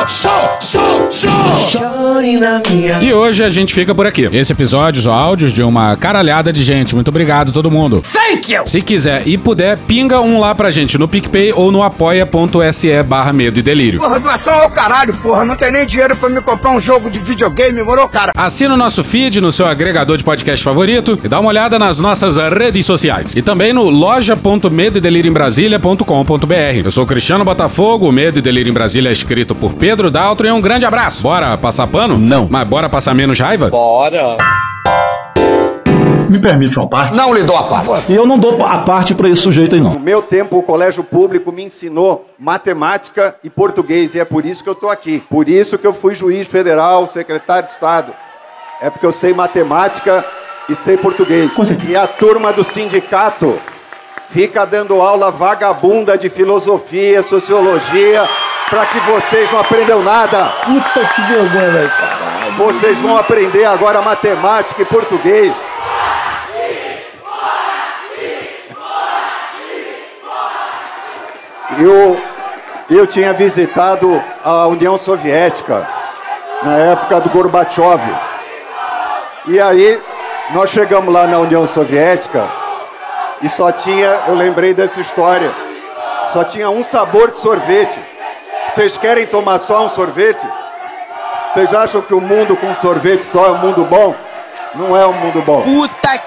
E hoje a gente fica por aqui. Esse episódio, os áudios de uma caralhada de gente. Muito obrigado todo mundo. Thank you! Se quiser e puder, pinga um lá pra gente no PicPay ou no apoia.se barra medo e delírio. Porra, doação ao caralho, porra. Não tem nem dinheiro pra me comprar um jogo de videogame, moro, cara? Assina o nosso feed no seu agregador de podcast favorito e dá uma olhada nas nossas redes sociais. E também no loja ponto medo e delírio em brasília ponto com ponto br. Eu sou o Cristiano Botafogo, o Medo e Delírio em Brasília é escrito por Pedro Daltro e um grande abraço. Bora passar pano? Não. Mas bora passar menos raiva? Bora. Me permite uma parte? Não lhe dou a parte. E eu não dou a parte pra esse sujeito aí, não. No meu tempo, o colégio público me ensinou matemática e português, e é por isso que eu tô aqui. Por isso que eu fui juiz federal, secretário de Estado. É porque eu sei matemática e sei português. E a turma do sindicato fica dando aula vagabunda de filosofia, sociologia, pra que vocês não aprendam nada. Puta que vergonha, velho. Caralho. Vocês vão aprender agora matemática e português. Eu, eu tinha visitado a União Soviética na época do Gorbachev. E aí, nós chegamos lá na União Soviética e só tinha, eu lembrei dessa história, só tinha um sabor de sorvete. Vocês querem tomar só um sorvete? Vocês acham que o mundo com sorvete só é um mundo bom? Não é um mundo bom. Puta que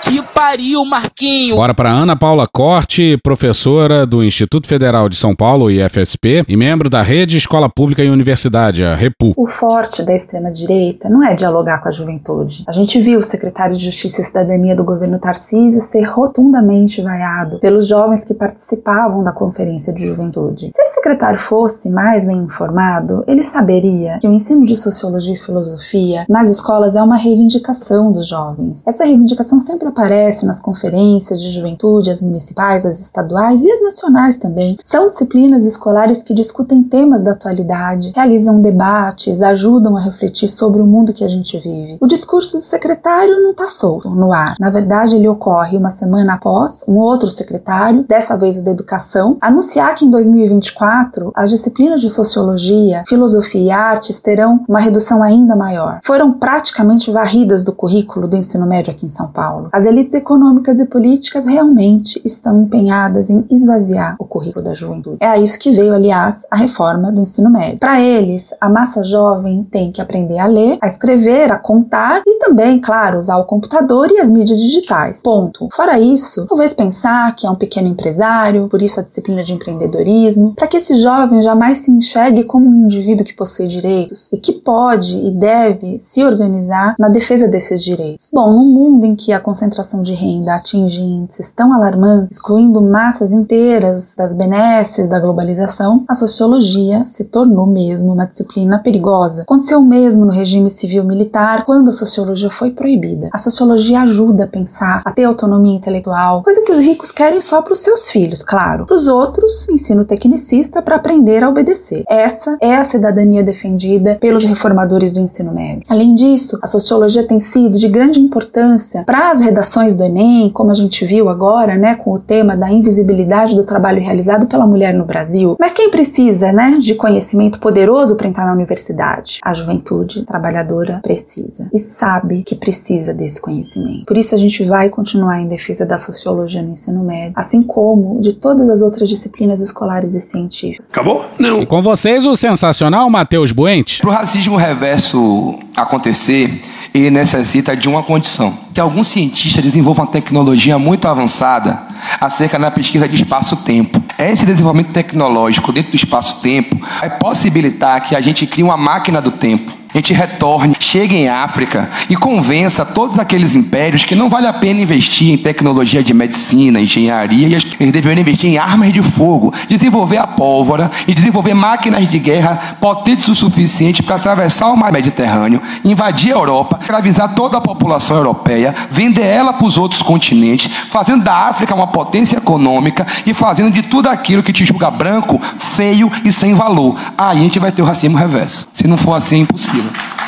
que pariu, Marquinho! Bora para Ana Paula Corte, professora do Instituto Federal de São Paulo, I F S P, e membro da Rede Escola Pública e Universidade, a REPU. O forte da extrema-direita não é dialogar com a juventude. A gente viu o secretário de Justiça e Cidadania do governo Tarcísio ser rotundamente vaiado pelos jovens que participavam da Conferência de Juventude. Se esse secretário fosse mais bem informado, ele saberia que o ensino de Sociologia e Filosofia nas escolas é uma reivindicação dos jovens. Essa reivindicação sempre aparece nas conferências de juventude, as municipais, as estaduais e as nacionais também. São disciplinas escolares que discutem temas da atualidade, realizam debates, ajudam a refletir sobre o mundo que a gente vive. O discurso do secretário não está solto, no ar. Na verdade, ele ocorre uma semana após um outro secretário, dessa vez o da Educação, anunciar que em dois mil e vinte e quatro as disciplinas de Sociologia, Filosofia e Artes terão uma redução ainda maior. Foram praticamente varridas do currículo do ensino médio aqui em São Paulo. As elites econômicas e políticas realmente estão empenhadas em esvaziar o currículo da juventude. É a isso que veio, aliás, a reforma do ensino médio. Para eles, a massa jovem tem que aprender a ler, a escrever, a contar e também, claro, usar o computador e as mídias digitais. Ponto. Fora isso, talvez pensar que é um pequeno empresário, por isso a disciplina de empreendedorismo, para que esse jovem jamais se enxergue como um indivíduo que possui direitos e que pode e deve se organizar na defesa desses direitos. Bom, num mundo em que a concentração de renda atinge índices tão alarmantes, excluindo massas inteiras das benesses da globalização, a sociologia se tornou mesmo uma disciplina perigosa. Aconteceu mesmo no regime civil-militar, quando a sociologia foi proibida. A sociologia ajuda a pensar, a ter autonomia intelectual, coisa que os ricos querem só para os seus filhos, claro. Para os outros, ensino tecnicista para aprender a obedecer. Essa é a cidadania defendida pelos reformadores do ensino médio. Além disso, a sociologia tem sido de grande importância para as redações do Enem, como a gente viu agora, né, com o tema da invisibilidade do trabalho realizado pela mulher no Brasil. Mas quem precisa, né, de conhecimento poderoso para entrar na universidade? A juventude trabalhadora precisa e sabe que precisa desse conhecimento. Por isso a gente vai continuar em defesa da sociologia no ensino médio, assim como de todas as outras disciplinas escolares e científicas. Acabou? Não. E com vocês o sensacional Matheus Buente. Para o racismo reverso acontecer, ele necessita de uma condição: que algum cientista desenvolva uma tecnologia muito avançada acerca da pesquisa de espaço-tempo. Esse desenvolvimento tecnológico dentro do espaço-tempo vai possibilitar que a gente crie uma máquina do tempo. A gente retorne, chegue em África e convença todos aqueles impérios que não vale a pena investir em tecnologia de medicina, engenharia, e eles deveriam investir em armas de fogo, desenvolver a pólvora e desenvolver máquinas de guerra potentes o suficiente para atravessar o mar Mediterrâneo, invadir a Europa, escravizar toda a população europeia, vender ela para os outros continentes, fazendo da África uma potência econômica e fazendo de tudo aquilo que te julga branco, feio e sem valor. Aí a gente vai ter o racismo reverso. Se não for assim, é impossível.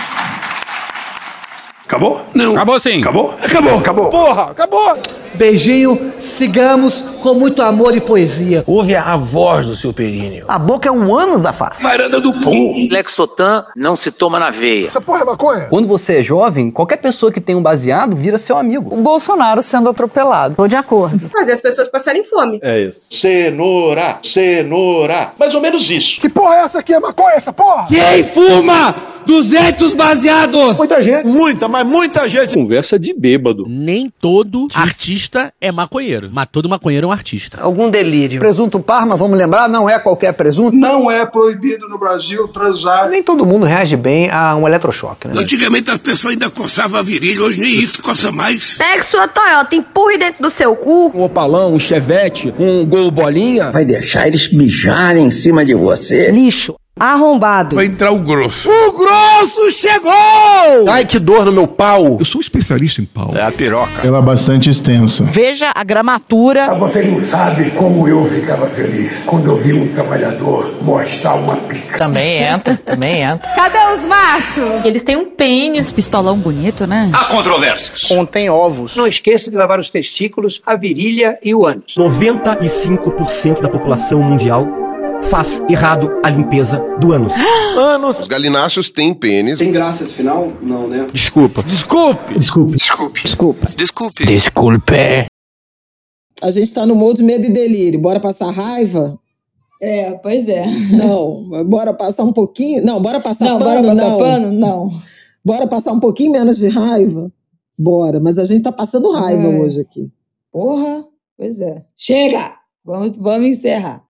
Acabou? Não. Acabou sim. Acabou? Acabou, acabou. Porra, acabou. Beijinho, sigamos com muito amor e poesia. Ouve a voz do seu períneo. A boca é um ânus da face. Varanda do pum. Lexotan não se toma na veia. Essa porra é maconha? Quando você é jovem, qualquer pessoa que tem um baseado vira seu amigo. O Bolsonaro sendo atropelado. Tô de acordo. Fazer as pessoas passarem fome. É isso. Cenoura, cenoura. Mais ou menos isso. Que porra é essa aqui? É maconha essa porra? Quem fuma? duzentos baseados! Muita gente. Muita, mas muita gente. Conversa de bêbado. Nem todo artista é maconheiro, mas todo maconheiro é um artista. Algum delírio. Presunto Parma, vamos lembrar, não é qualquer presunto. Não é proibido no Brasil transar. Nem todo mundo reage bem a um eletrochoque, né? Antigamente as pessoas ainda coçavam a virilha, hoje nem isso coça mais. Pegue sua Toyota, empurre dentro do seu cu. Um Opalão, um Chevette, um Gol Bolinha. Vai deixar eles mijarem em cima de você. Lixo. Arrombado. Vai entrar o grosso. O grosso chegou! Ai, que dor no meu pau. Eu sou especialista em pau. É a piroca. Ela é bastante extensa. Veja a gramatura. Você não sabe como eu ficava feliz quando eu vi um trabalhador mostrar uma pica. Também entra, também entra. Cadê os machos? Eles têm um pênis. Pistolão bonito, né? Há controvérsias. Contém ovos. Não esqueça de lavar os testículos, a virilha e o ânus. noventa e cinco por cento da população mundial faz errado a limpeza do ânus. Ânus. Os galináceos têm pênis. Tem graça esse final? Não, né? Desculpa. Desculpe. Desculpe. Desculpe. Desculpa. Desculpe. Desculpe. A gente tá no modo medo e delírio. Bora passar raiva? É, pois é. Não. Bora passar um pouquinho... Não, bora passar não, pano, bora passar não. pano? Não. Bora passar um pouquinho menos de raiva? Bora, mas a gente tá passando raiva É. hoje aqui. Porra, pois é. Chega! Vamos, vamos encerrar.